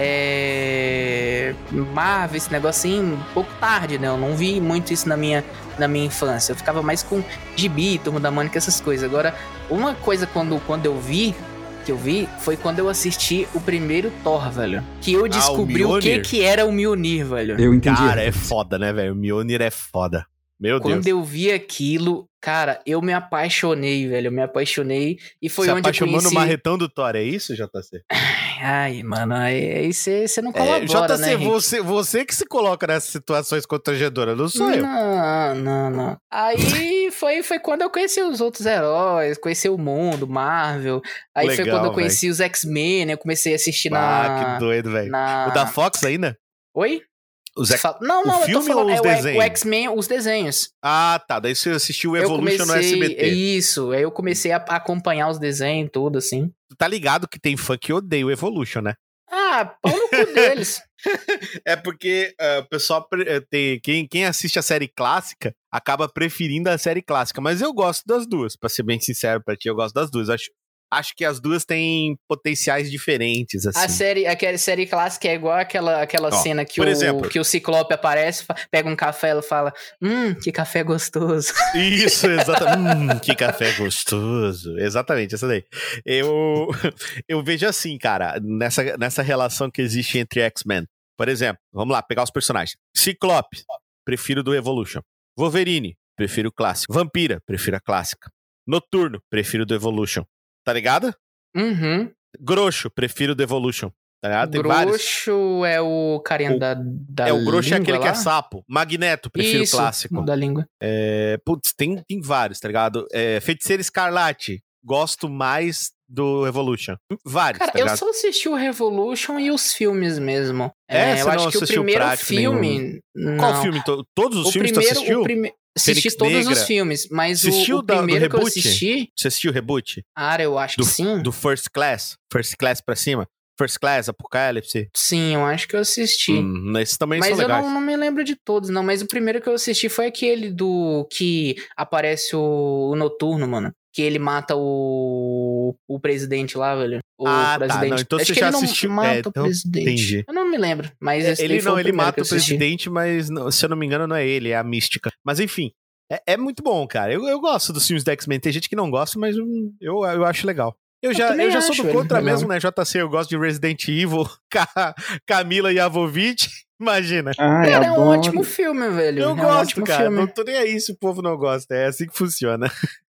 Marvel, esse negocinho, um pouco tarde, né? Eu não vi muito isso na minha infância. Eu ficava mais com Gibi, Turma da Mônica, essas coisas. Agora, uma coisa quando eu vi, foi quando eu assisti o primeiro Thor, velho. Que eu descobri o que era o Mjolnir, velho. Eu entendi. Cara, é foda, né, velho? O Mjolnir é foda. Meu Deus. Quando eu vi aquilo, cara, eu me apaixonei, velho. Eu me apaixonei e foi onde eu conheci... Você apaixonou no marretão do Thor, é isso, JC? Ai, mano, aí você não colabora, JC, né, você que se coloca nessas situações constrangedoras, não sou eu. Não. Aí foi quando eu conheci os outros heróis, conheci o mundo, Marvel. Aí legal, foi quando eu conheci os X-Men, né? Eu comecei a assistir que doido, velho. O da Fox ainda? Oi? Não, eu tô falando os desenhos? O X-Men, os desenhos. Ah, tá. Daí você assistiu o Evolution no SBT. Isso, aí eu comecei a acompanhar os desenhos, tudo assim. Tu tá ligado que tem fã que odeia o Evolution, né? Pau no cu deles. É porque o pessoal quem assiste a série clássica acaba preferindo a série clássica. Mas eu gosto das duas, pra ser bem sincero pra ti, eu gosto das duas. Acho que as duas têm potenciais diferentes, assim. Aquela série clássica é igual aquela cena que o Ciclope aparece, pega um café e fala, que café gostoso. Isso, exatamente. Que café gostoso. Exatamente, essa daí. Eu vejo assim, cara, nessa relação que existe entre X-Men. Por exemplo, vamos lá, pegar os personagens. Ciclope, prefiro do Evolution. Wolverine, prefiro o clássico. Vampira, prefiro a clássica. Noturno, prefiro do Evolution. Tá ligado? Uhum. Groxo, prefiro do Evolution. Tá ligado? Tem Groxo vários. É o carinha da o Groxo língua é aquele lá? que é sapo. Magneto, prefiro o clássico. Da língua. Putz, tem vários, tá ligado? Feiticeiro Escarlate, gosto mais do Evolution. Vários, cara, tá ligado? Eu só assisti o Revolution e os filmes mesmo. Você eu não acho que o primeiro filme... Qual filme? Todos os filmes que tu assistiu? Assisti todos os filmes, mas o primeiro que eu assisti... Você assistiu o reboot? Eu acho que sim. Do First Class? First Class pra cima? First Class, Apocalipse? Sim, eu acho que eu assisti. Esses também são legais. Mas eu não me lembro de todos, não. Mas o primeiro que eu assisti foi aquele do... que aparece o Noturno, mano. Que ele mata o presidente lá, velho. O presidente. Tá. Não, então acho você que já ele assistiu. não mata o presidente. Entendi. Eu não me lembro. Mas ele mata o presidente, mas se eu não me engano não é ele, é a Mística. Mas enfim, é muito bom, cara. Eu gosto dos filmes da X-Men. Tem gente que não gosta, mas eu acho legal. Eu já sou do contra mesmo, né, JC? Eu gosto de Resident Evil, Camila Jovovich. Imagina. É um ótimo filme, velho. Eu gosto, cara. Não tô nem aí se o povo não gosta. É assim que funciona.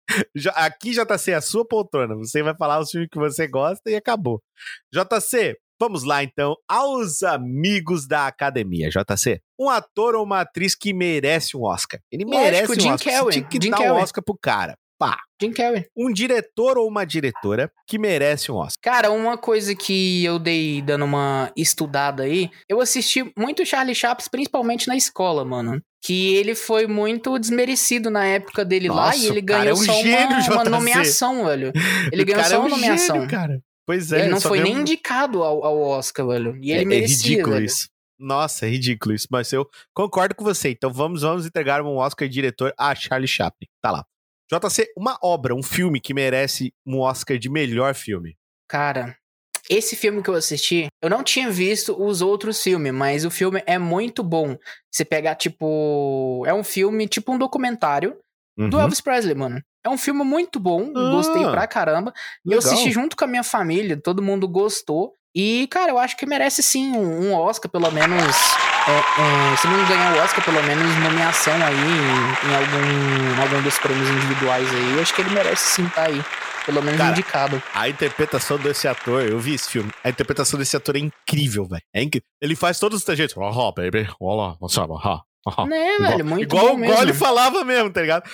Aqui, JC, é a sua poltrona. Você vai falar os filmes que você gosta e acabou. JC, vamos lá, então, aos amigos da academia. JC, um ator ou uma atriz que merece um Oscar. Ele merece um Oscar. Você tinha que dar um Oscar pro cara. Pá. Jim Carrey. Um diretor ou uma diretora que merece um Oscar. Cara, uma coisa que eu dei dando uma estudada aí, eu assisti muito Charlie Chaplin, principalmente na escola, mano. Que ele foi muito desmerecido na época dele. Nossa, lá e ele ganhou só uma nomeação, velho. Ele ganhou só uma nomeação. Gênio, cara. Pois é. Ele não foi nem indicado ao Oscar, velho. E ele merecia, ridículo velho. Isso. Nossa, é ridículo isso. Mas eu concordo com você. Então vamos entregar um Oscar de diretor a Charlie Chaplin. Tá lá. JC, uma obra, um filme que merece um Oscar de melhor filme. Cara, esse filme que eu assisti, eu não tinha visto os outros filmes, mas o filme é muito bom. Você pegar, tipo... É um filme, tipo um documentário do Elvis Presley, mano. É um filme muito bom, gostei pra caramba. E eu assisti junto com a minha família, todo mundo gostou. E, cara, eu acho que merece sim um Oscar, pelo menos... se não ganhar o Oscar, pelo menos nomeação aí em algum dos prêmios individuais aí. Eu acho que ele merece sim estar aí. Pelo menos indicado. A interpretação desse ator, eu vi esse filme. A interpretação desse ator é incrível, velho. É incrível. Ele faz todos os trejeitos. Baby. Né, velho? Muito igual, bom mesmo. Igual ele falava mesmo, tá ligado?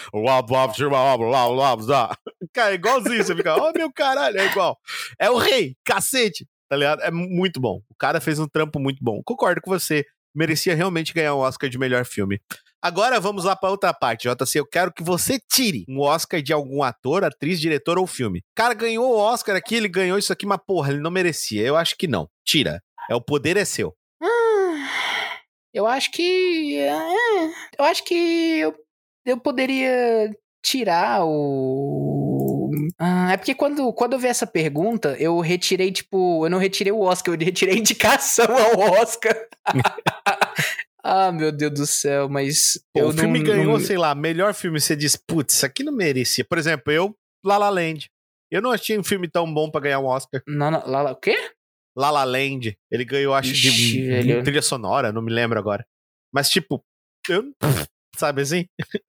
Cara, igualzinho. Você fica, meu caralho, é igual. É o rei, cacete, tá ligado? É muito bom. O cara fez um trampo muito bom. Concordo com você. Merecia realmente ganhar um Oscar de melhor filme. Agora vamos lá pra outra parte, JC. Eu quero que você tire um Oscar de algum ator, atriz, diretor ou filme. O cara ganhou o Oscar aqui, ele ganhou isso aqui, mas porra, ele não merecia. Eu acho que não. Tira. O poder é seu. Eu acho que... eu acho que eu poderia tirar o... é porque quando eu vi essa pergunta, eu retirei, tipo... Eu não retirei o Oscar, eu retirei a indicação ao Oscar. Meu Deus do céu, mas... O filme ganhou, sei lá, melhor filme, você diz, putz, isso aqui não merecia. Por exemplo, La La Land. Eu não achei um filme tão bom pra ganhar um Oscar. O quê? La La Land. Ele ganhou, acho, de trilha sonora, não me lembro agora. Mas, tipo, sabe assim?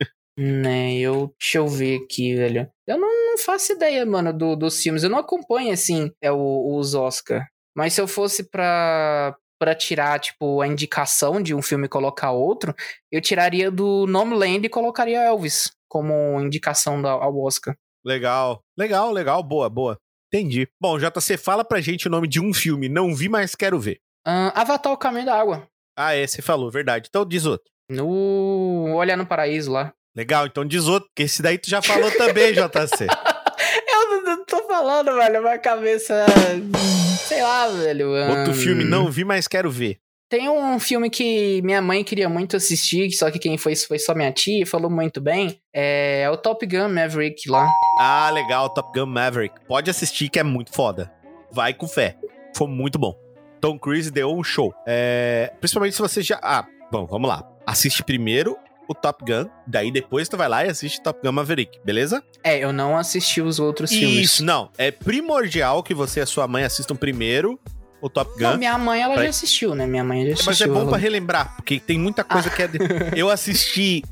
Deixa eu ver aqui, velho. Eu não faço ideia, mano, dos filmes. Eu não acompanho, assim, os Oscar. Mas se eu fosse pra tirar, tipo, a indicação de um filme e colocar outro, eu tiraria do Nomadland e colocaria Elvis como indicação ao Oscar. Legal. Boa. Entendi. Bom, JC, fala pra gente o nome de um filme. Não vi, mas quero ver. Avatar, o Caminho da Água. Você falou, verdade. Então diz outro. Olhar no Paraíso lá. Legal, então diz outro, porque esse daí tu já falou também, JC. Eu não tô falando, velho, minha cabeça... Sei lá, velho. Outro filme, não vi, mas quero ver. Tem um filme que minha mãe queria muito assistir, só que quem foi só minha tia, falou muito bem. É o Top Gun Maverick lá. Legal, Top Gun Maverick. Pode assistir que é muito foda. Vai com fé. Foi muito bom. Tom Cruise deu um show. Principalmente se você já... bom, vamos lá. Assiste primeiro o Top Gun, daí depois tu vai lá e assiste Top Gun Maverick, beleza? Eu não assisti os outros filmes. Isso, não. É primordial que você e a sua mãe assistam primeiro o Top Gun. Não, minha mãe, ela já assistiu, né? Minha mãe já assistiu. Mas é bom pra relembrar, porque tem muita coisa que é... Eu assisti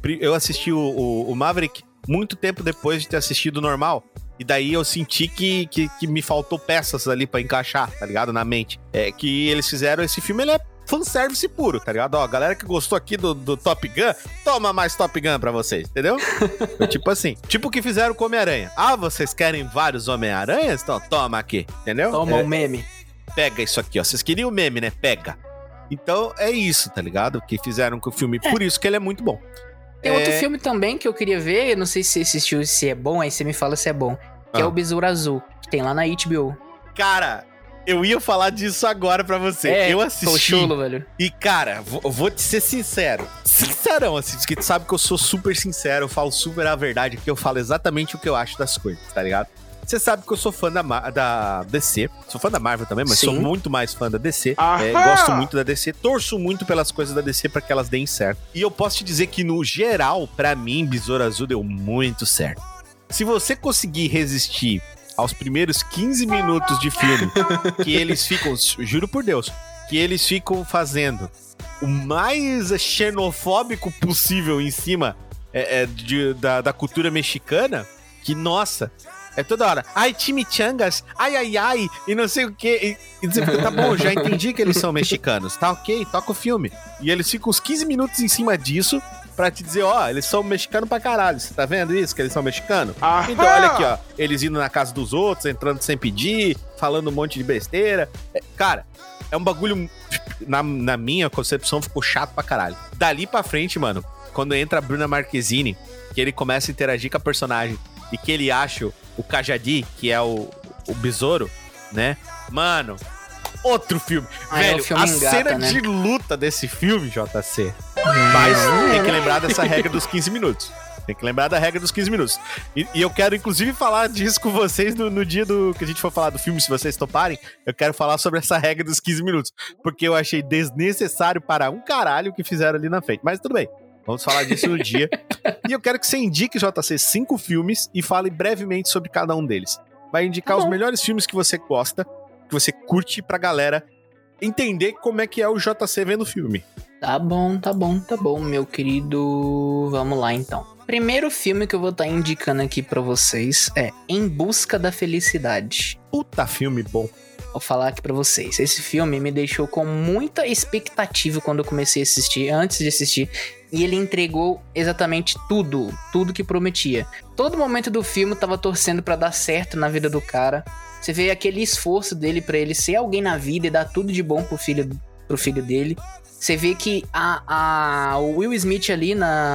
o Maverick muito tempo depois de ter assistido o normal. E daí eu senti que me faltou peças ali pra encaixar, tá ligado? Na mente. Que eles fizeram esse filme, ele é fanservice puro, tá ligado? Ó, galera que gostou aqui do Top Gun, toma mais Top Gun pra vocês, entendeu? Tipo assim, tipo o que fizeram com o Homem-Aranha. Vocês querem vários Homem-Aranhas? Então toma aqui, entendeu? Toma um meme. Pega isso aqui, ó. Vocês queriam o meme, né? Pega. Então é isso, tá ligado? Que fizeram com o filme, por isso que ele é muito bom. Tem outro filme também que eu queria ver, eu não sei se você assistiu, se é bom, aí você me fala se é bom. Que é o Besouro Azul, que tem lá na HBO. Cara, eu ia falar disso agora pra você. Eu assisti. Chulo, velho. E, cara, vou te ser sincero. Sincerão, assim, porque tu sabe que eu sou super sincero, eu falo super a verdade, que eu falo exatamente o que eu acho das coisas, tá ligado? Você sabe que eu sou fã da DC. Sou fã da Marvel também, mas sou muito mais fã da DC. Gosto muito da DC. Torço muito pelas coisas da DC pra que elas deem certo. E eu posso te dizer que, no geral, pra mim, Besouro Azul deu muito certo. Se você conseguir resistir aos primeiros 15 minutos de filme, que eles ficam, juro por Deus, que eles ficam fazendo o mais xenofóbico possível em cima da cultura mexicana, que, nossa, é toda hora, ai, chimichangas, ai, ai, ai, e não sei o quê. E você fica, tá bom, já entendi que eles são mexicanos, tá ok, toca o filme. E eles ficam uns 15 minutos em cima disso pra te dizer, ó, eles são mexicanos pra caralho, você tá vendo isso, que eles são mexicanos? Então olha aqui, ó, eles indo na casa dos outros, entrando sem pedir, falando um monte de besteira. Cara, é um bagulho, na minha concepção, ficou chato pra caralho. Dali pra frente, mano, quando entra a Bruna Marquezine, que ele começa a interagir com a personagem e que ele acha o Cajadi, que é o besouro, né? Mano, outro filme. Velho, filme a engata, cena né? de luta desse filme, JC. Mas tem que lembrar dessa regra dos 15 minutos. Tem que lembrar da regra dos 15 minutos. E eu quero, inclusive, falar disso com vocês no dia que a gente for falar do filme, se vocês toparem. Eu quero falar sobre essa regra dos 15 minutos. Porque eu achei desnecessário para um caralho o que fizeram ali na frente. Mas tudo bem. Vamos falar disso no dia. E eu quero que você indique, JC, 5 filmes e fale brevemente sobre cada um deles. Vai indicar os melhores filmes que você gosta, que você curte, pra galera entender como é que é o JC vendo o filme. Tá bom, meu querido. Vamos lá, então. Primeiro filme que eu vou estar indicando aqui pra vocês é Em Busca da Felicidade. Puta filme bom. Vou falar aqui pra vocês. Esse filme me deixou com muita expectativa quando eu comecei a assistir, antes de assistir. E ele entregou exatamente tudo que prometia. Todo momento do filme eu tava torcendo pra dar certo na vida do cara. Você vê aquele esforço dele pra ele ser alguém na vida e dar tudo de bom pro filho dele. Você vê que o Will Smith ali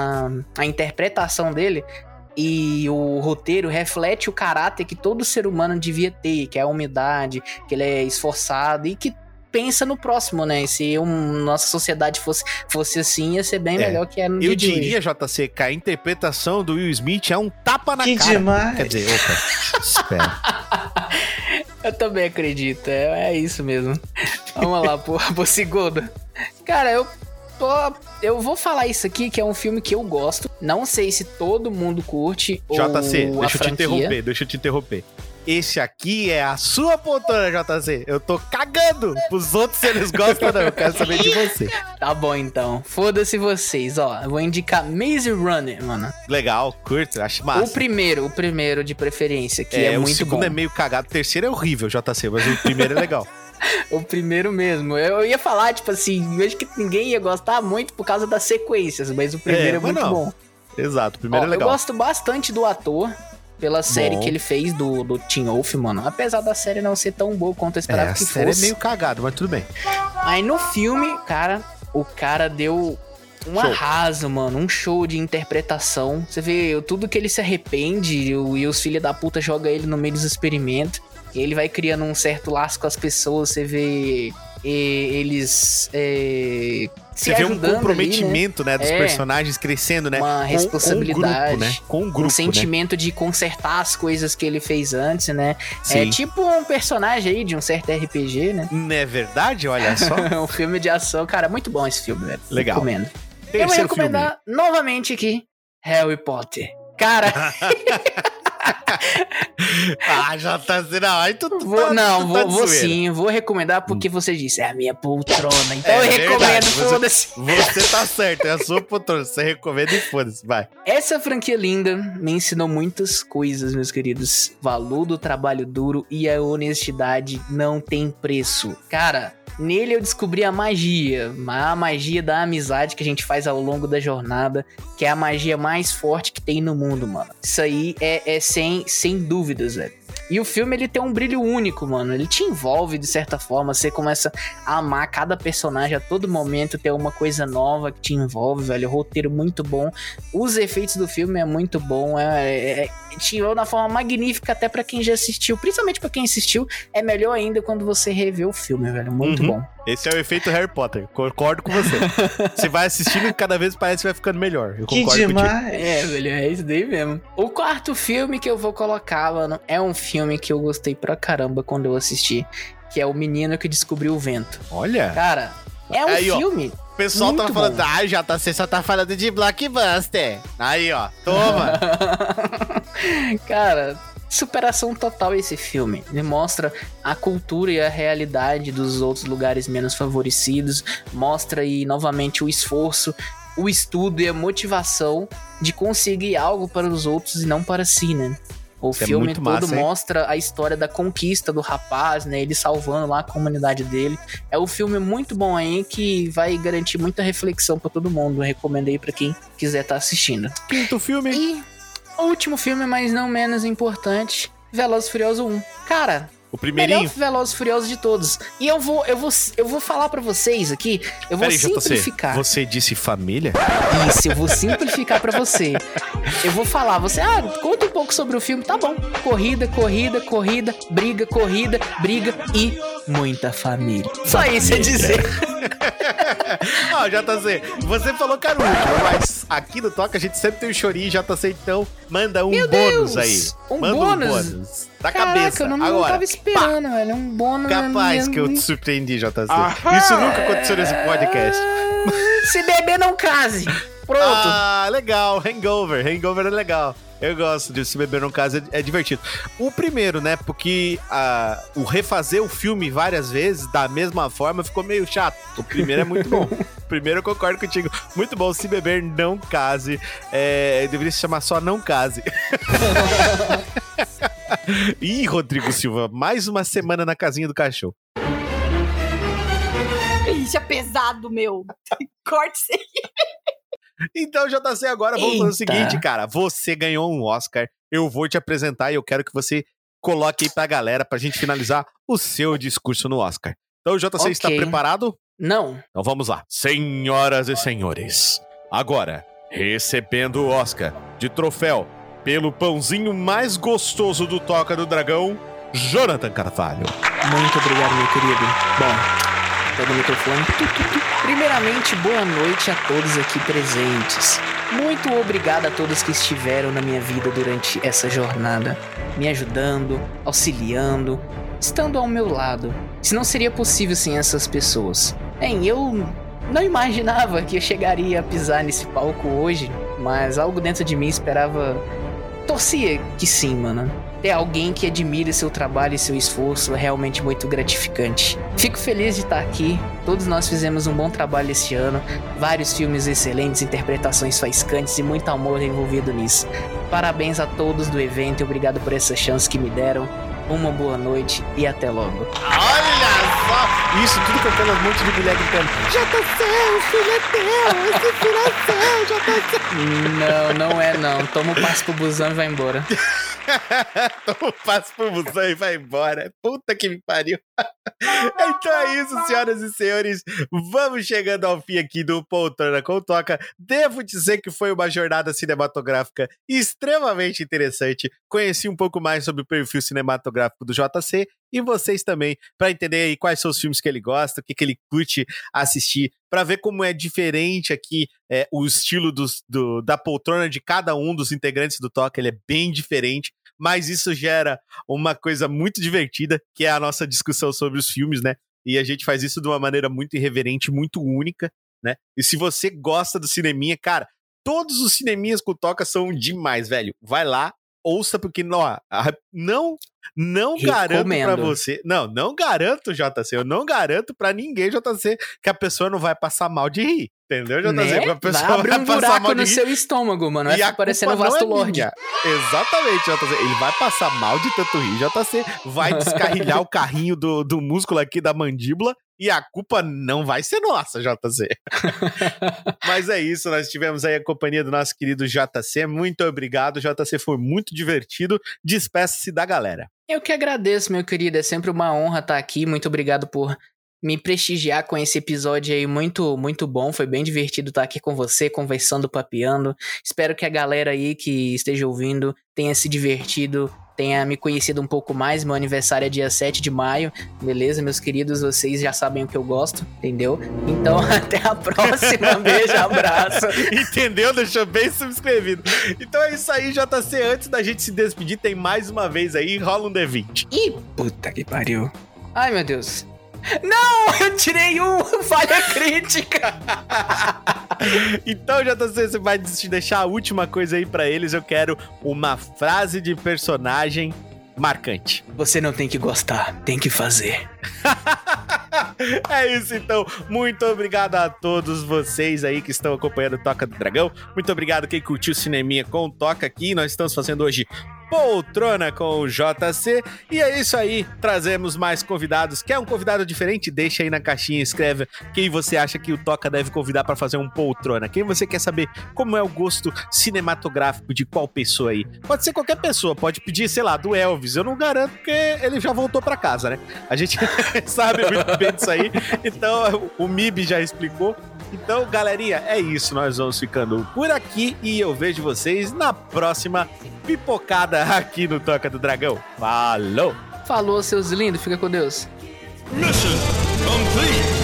a interpretação dele e o roteiro reflete o caráter que todo ser humano devia ter, que é a humildade, que ele é esforçado e que pensa no próximo, né? Se nossa sociedade fosse assim, ia ser bem melhor que é no dia de hoje. Eu diria, JC, que a interpretação do Will Smith é um tapa na Que cara. demais. Quer dizer, opa, espera. Eu também acredito, é isso mesmo. Vamos lá, pro segundo. Cara, eu vou falar isso aqui, que é um filme que eu gosto. Não sei se todo mundo curte JC, ou deixa eu te interromper. Esse aqui é a sua poltrona, JC. Eu tô cagando pros outros se eles gostam ou não. Eu quero saber de você. Tá bom, então. Foda-se vocês, ó. Eu vou indicar Maze Runner, mano. Legal, curto, acho massa. O primeiro de preferência, que é muito bom. O segundo é meio cagado, o terceiro é horrível, JC, mas o primeiro é legal. O primeiro mesmo. Eu ia falar, tipo assim, eu acho que ninguém ia gostar muito por causa das sequências, mas o primeiro é muito bom. Exato, o primeiro é legal. Eu gosto bastante do ator, pela série que ele fez do Teen Wolf, mano. Apesar da série não ser tão boa quanto eu esperava que fosse. A série é meio cagado, mas tudo bem. Aí no filme, cara, o cara deu um arraso, mano. Um show de interpretação. Você vê tudo que ele se arrepende e os filhos da puta jogam ele no meio dos experimentos. E ele vai criando um certo laço com as pessoas. Você vê eles você vê um comprometimento, ali, né, dos personagens crescendo, né? Uma responsabilidade. Com um grupo, um sentimento de consertar as coisas que ele fez antes, né? Sim. É tipo um personagem aí de um certo RPG, né? Não é verdade? Olha só. Um filme de ação. Cara, muito bom esse filme, velho. Legal. Recomendo. Eu vou recomendar novamente aqui Harry Potter. Cara... JC, não, aí tu vou recomendar porque você disse, é a minha poltrona, então eu recomendo, foda-se. Você tá certo, é a sua poltrona, você recomenda e foda-se, vai. Essa franquia linda me ensinou muitas coisas, meus queridos. Valor do trabalho duro e a honestidade não tem preço. Cara, nele eu descobri a magia da amizade que a gente faz ao longo da jornada, que é a magia mais forte que tem no mundo, mano. Isso aí é sem dúvidas, velho. E o filme, ele tem um brilho único, mano. Ele te envolve de certa forma. Você começa a amar cada personagem a todo momento. Tem uma coisa nova que te envolve, velho. O roteiro muito bom. Os efeitos do filme é muito bom. Tirou na forma magnífica até pra quem já assistiu. Principalmente pra quem assistiu. É melhor ainda quando você revê o filme, velho. Muito bom. Esse é o efeito Harry Potter. Concordo com você. Você vai assistindo e cada vez parece que vai ficando melhor. Eu concordo que demais. Contigo. Velho, é isso daí mesmo. O quarto filme que eu vou colocar, mano, é um filme que eu gostei pra caramba quando eu assisti. Que é O Menino que Descobriu o Vento. Olha. Cara, é um filme... O pessoal tava falando, JC só tá falando de blockbuster. Aí, ó, toma. Cara... Superação total esse filme. Ele mostra a cultura e a realidade dos outros lugares menos favorecidos. Mostra aí novamente o esforço o estudo e a motivação de conseguir algo para os outros e não para si, né? O filme todo massa, mostra a história da conquista do rapaz, né? Ele salvando lá a comunidade dele. É um filme muito bom aí que vai garantir muita reflexão pra todo mundo. Eu recomendo aí pra quem quiser estar assistindo. Quinto filme. E o último filme, mas não menos importante, Velozes e Furiosos 1. Cara... O primeirinho. Melhor Velozes e Furiosos de todos. E eu vou falar pra vocês aqui, eu vou simplificar. Você disse família? Isso, eu vou simplificar pra você. Eu vou falar, conta um pouco sobre o filme, tá bom. Corrida, briga e muita família. Só isso é dizer. Ó, JC, você falou que era o último, mas aqui no Toca a gente sempre tem o chorinho, JC, então manda um bônus aí. Manda um bônus. Da cabeça. Eu não tava esperando, velho. Um bônus. Capaz que eu te surpreendi, JC. Isso nunca aconteceu nesse podcast. Se beber, não case. Pronto. Ah, legal. Hangover é legal. Eu gosto de Se Beber Não Case, é divertido. O primeiro, né, porque o refazer o filme várias vezes, da mesma forma, ficou meio chato. O primeiro é muito bom. O primeiro eu concordo contigo. Muito bom, Se Beber Não Case. Deveria se chamar só Não Case. Ih, Rodrigo Silva, mais uma semana na casinha do cachorro. Isso é pesado, meu. Corte isso aí. Então, JC, agora vamos fazer o seguinte, cara. Você ganhou um Oscar, eu vou te apresentar e eu quero que você coloque aí pra galera, pra gente finalizar o seu discurso no Oscar. Então, JC, está preparado? Não. Então vamos lá. Senhoras e senhores, agora, recebendo o Oscar de troféu pelo pãozinho mais gostoso do Toca do Dragão, Jonathan Carvalho. Muito obrigado, meu querido. Bom, pega o microfone. Primeiramente, boa noite a todos aqui presentes. Muito obrigado a todos que estiveram na minha vida durante essa jornada, me ajudando, auxiliando, estando ao meu lado. Se não seria possível sem essas pessoas. Eu não imaginava que eu chegaria a pisar nesse palco hoje, mas algo dentro de mim torcia que sim, mano. Ter alguém que admire seu trabalho e seu esforço é realmente muito gratificante. Fico feliz de estar aqui. Todos nós fizemos um bom trabalho esse ano. Vários filmes excelentes, interpretações faiscantes e muito amor envolvido nisso. Parabéns a todos do evento e obrigado por essa chance que me deram. Uma boa noite e até logo. Olha só! Isso tudo com aquelas monte de mulher gritando: JC, o filho é teu, esse filho é teu, JC. Não é não. Toma o passo pro busão e vai embora. Toma o passo pro busão e vai embora. Puta que me pariu. Então é isso, senhoras e senhores. Vamos chegando ao fim aqui do Poltrona com Toca. Devo dizer que foi uma jornada cinematográfica extremamente interessante. Conheci um pouco mais sobre o perfil cinematográfico do JC e vocês também, para entender aí quais são os filmes que ele gosta, o que ele curte assistir, para ver como é diferente aqui o estilo da poltrona de cada um dos integrantes do Toca. Ele é bem diferente, mas isso gera uma coisa muito divertida, que é a nossa discussão sobre os filmes, né? E a gente faz isso de uma maneira muito irreverente, muito única, né? E se você gosta do cineminha, cara, todos os cineminhas com Toca são demais, velho. Vai lá, ouça, porque não garanto pra você. Não garanto, JC. Eu não garanto pra ninguém, JC, que a pessoa não vai passar mal de rir. Entendeu, JC? Né? A pessoa vai abrir um buraco no seu estômago, mano. Vai parecendo o Vasto Lorde. Exatamente, JC. Ele vai passar mal de tanto rir, JC. Vai descarrilhar o carrinho do músculo aqui da mandíbula. E a culpa não vai ser nossa, JC. Mas é isso, nós tivemos aí a companhia do nosso querido JC. Muito obrigado, JC, foi muito divertido. Despeça-se da galera. Eu que agradeço, meu querido. É sempre uma honra estar aqui. Muito obrigado por me prestigiar com esse episódio aí muito, muito bom. Foi bem divertido estar aqui com você, conversando, papeando. Espero que a galera aí que esteja ouvindo tenha se divertido, tenha me conhecido um pouco mais. Meu aniversário é dia 7 de maio, beleza, meus queridos? Vocês já sabem o que eu gosto, entendeu? Então, até a próxima. Beijo, abraço. Entendeu? Deixou bem subscrevido. Então é isso aí, JC. Antes da gente se despedir, tem mais uma vez aí, rola um D20. Ih, puta que pariu. Ai, meu Deus. Não, eu tirei falha crítica. Então, JC, você vai deixar a última coisa aí pra eles. Eu quero uma frase de personagem marcante. Você não tem que gostar, tem que fazer. É isso, então. Muito obrigado a todos vocês aí que estão acompanhando o Toca do Dragão. Muito obrigado quem curtiu o Cineminha com o Toca aqui. Nós estamos fazendo hoje Poltrona com o JC. E é isso aí. Trazemos mais convidados. Quer um convidado diferente? Deixa aí na caixinha, escreve quem você acha que o Toca deve convidar para fazer um Poltrona. Quem você quer saber como é o gosto cinematográfico de qual pessoa aí? Pode ser qualquer pessoa. Pode pedir, sei lá, do Elvis. Eu não garanto porque ele já voltou para casa, né? A gente sabe muito bem disso aí. Então, o MIB já explicou. Então, galerinha, é isso. Nós vamos ficando por aqui e eu vejo vocês na próxima pipocada aqui no Toca do Dragão. Falou! Falou, seus lindos. Fica com Deus. Mission complete!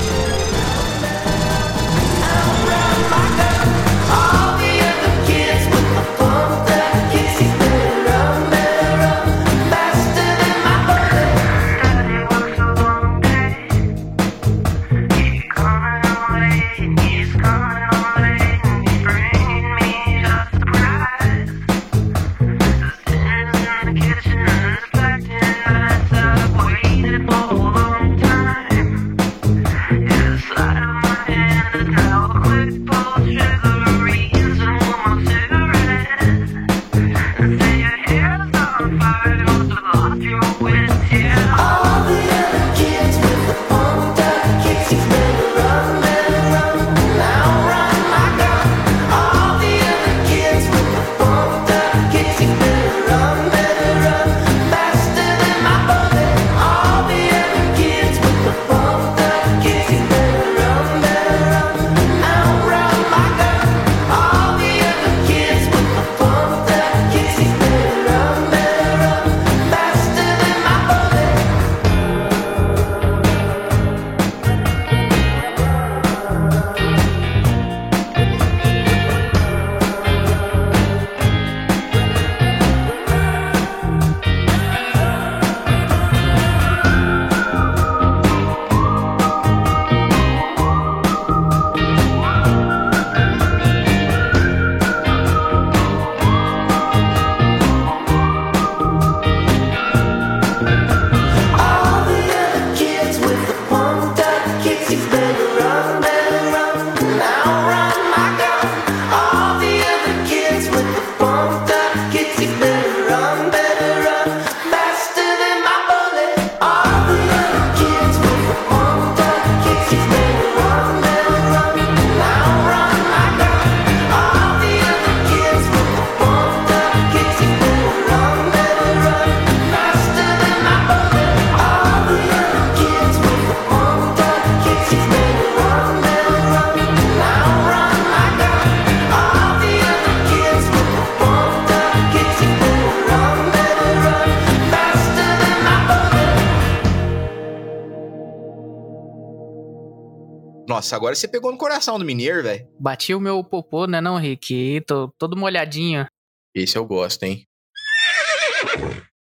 Nossa, agora você pegou no coração do mineiro, velho. Bati o meu popô, né não, Rick? Tô todo molhadinho. Esse eu gosto, hein?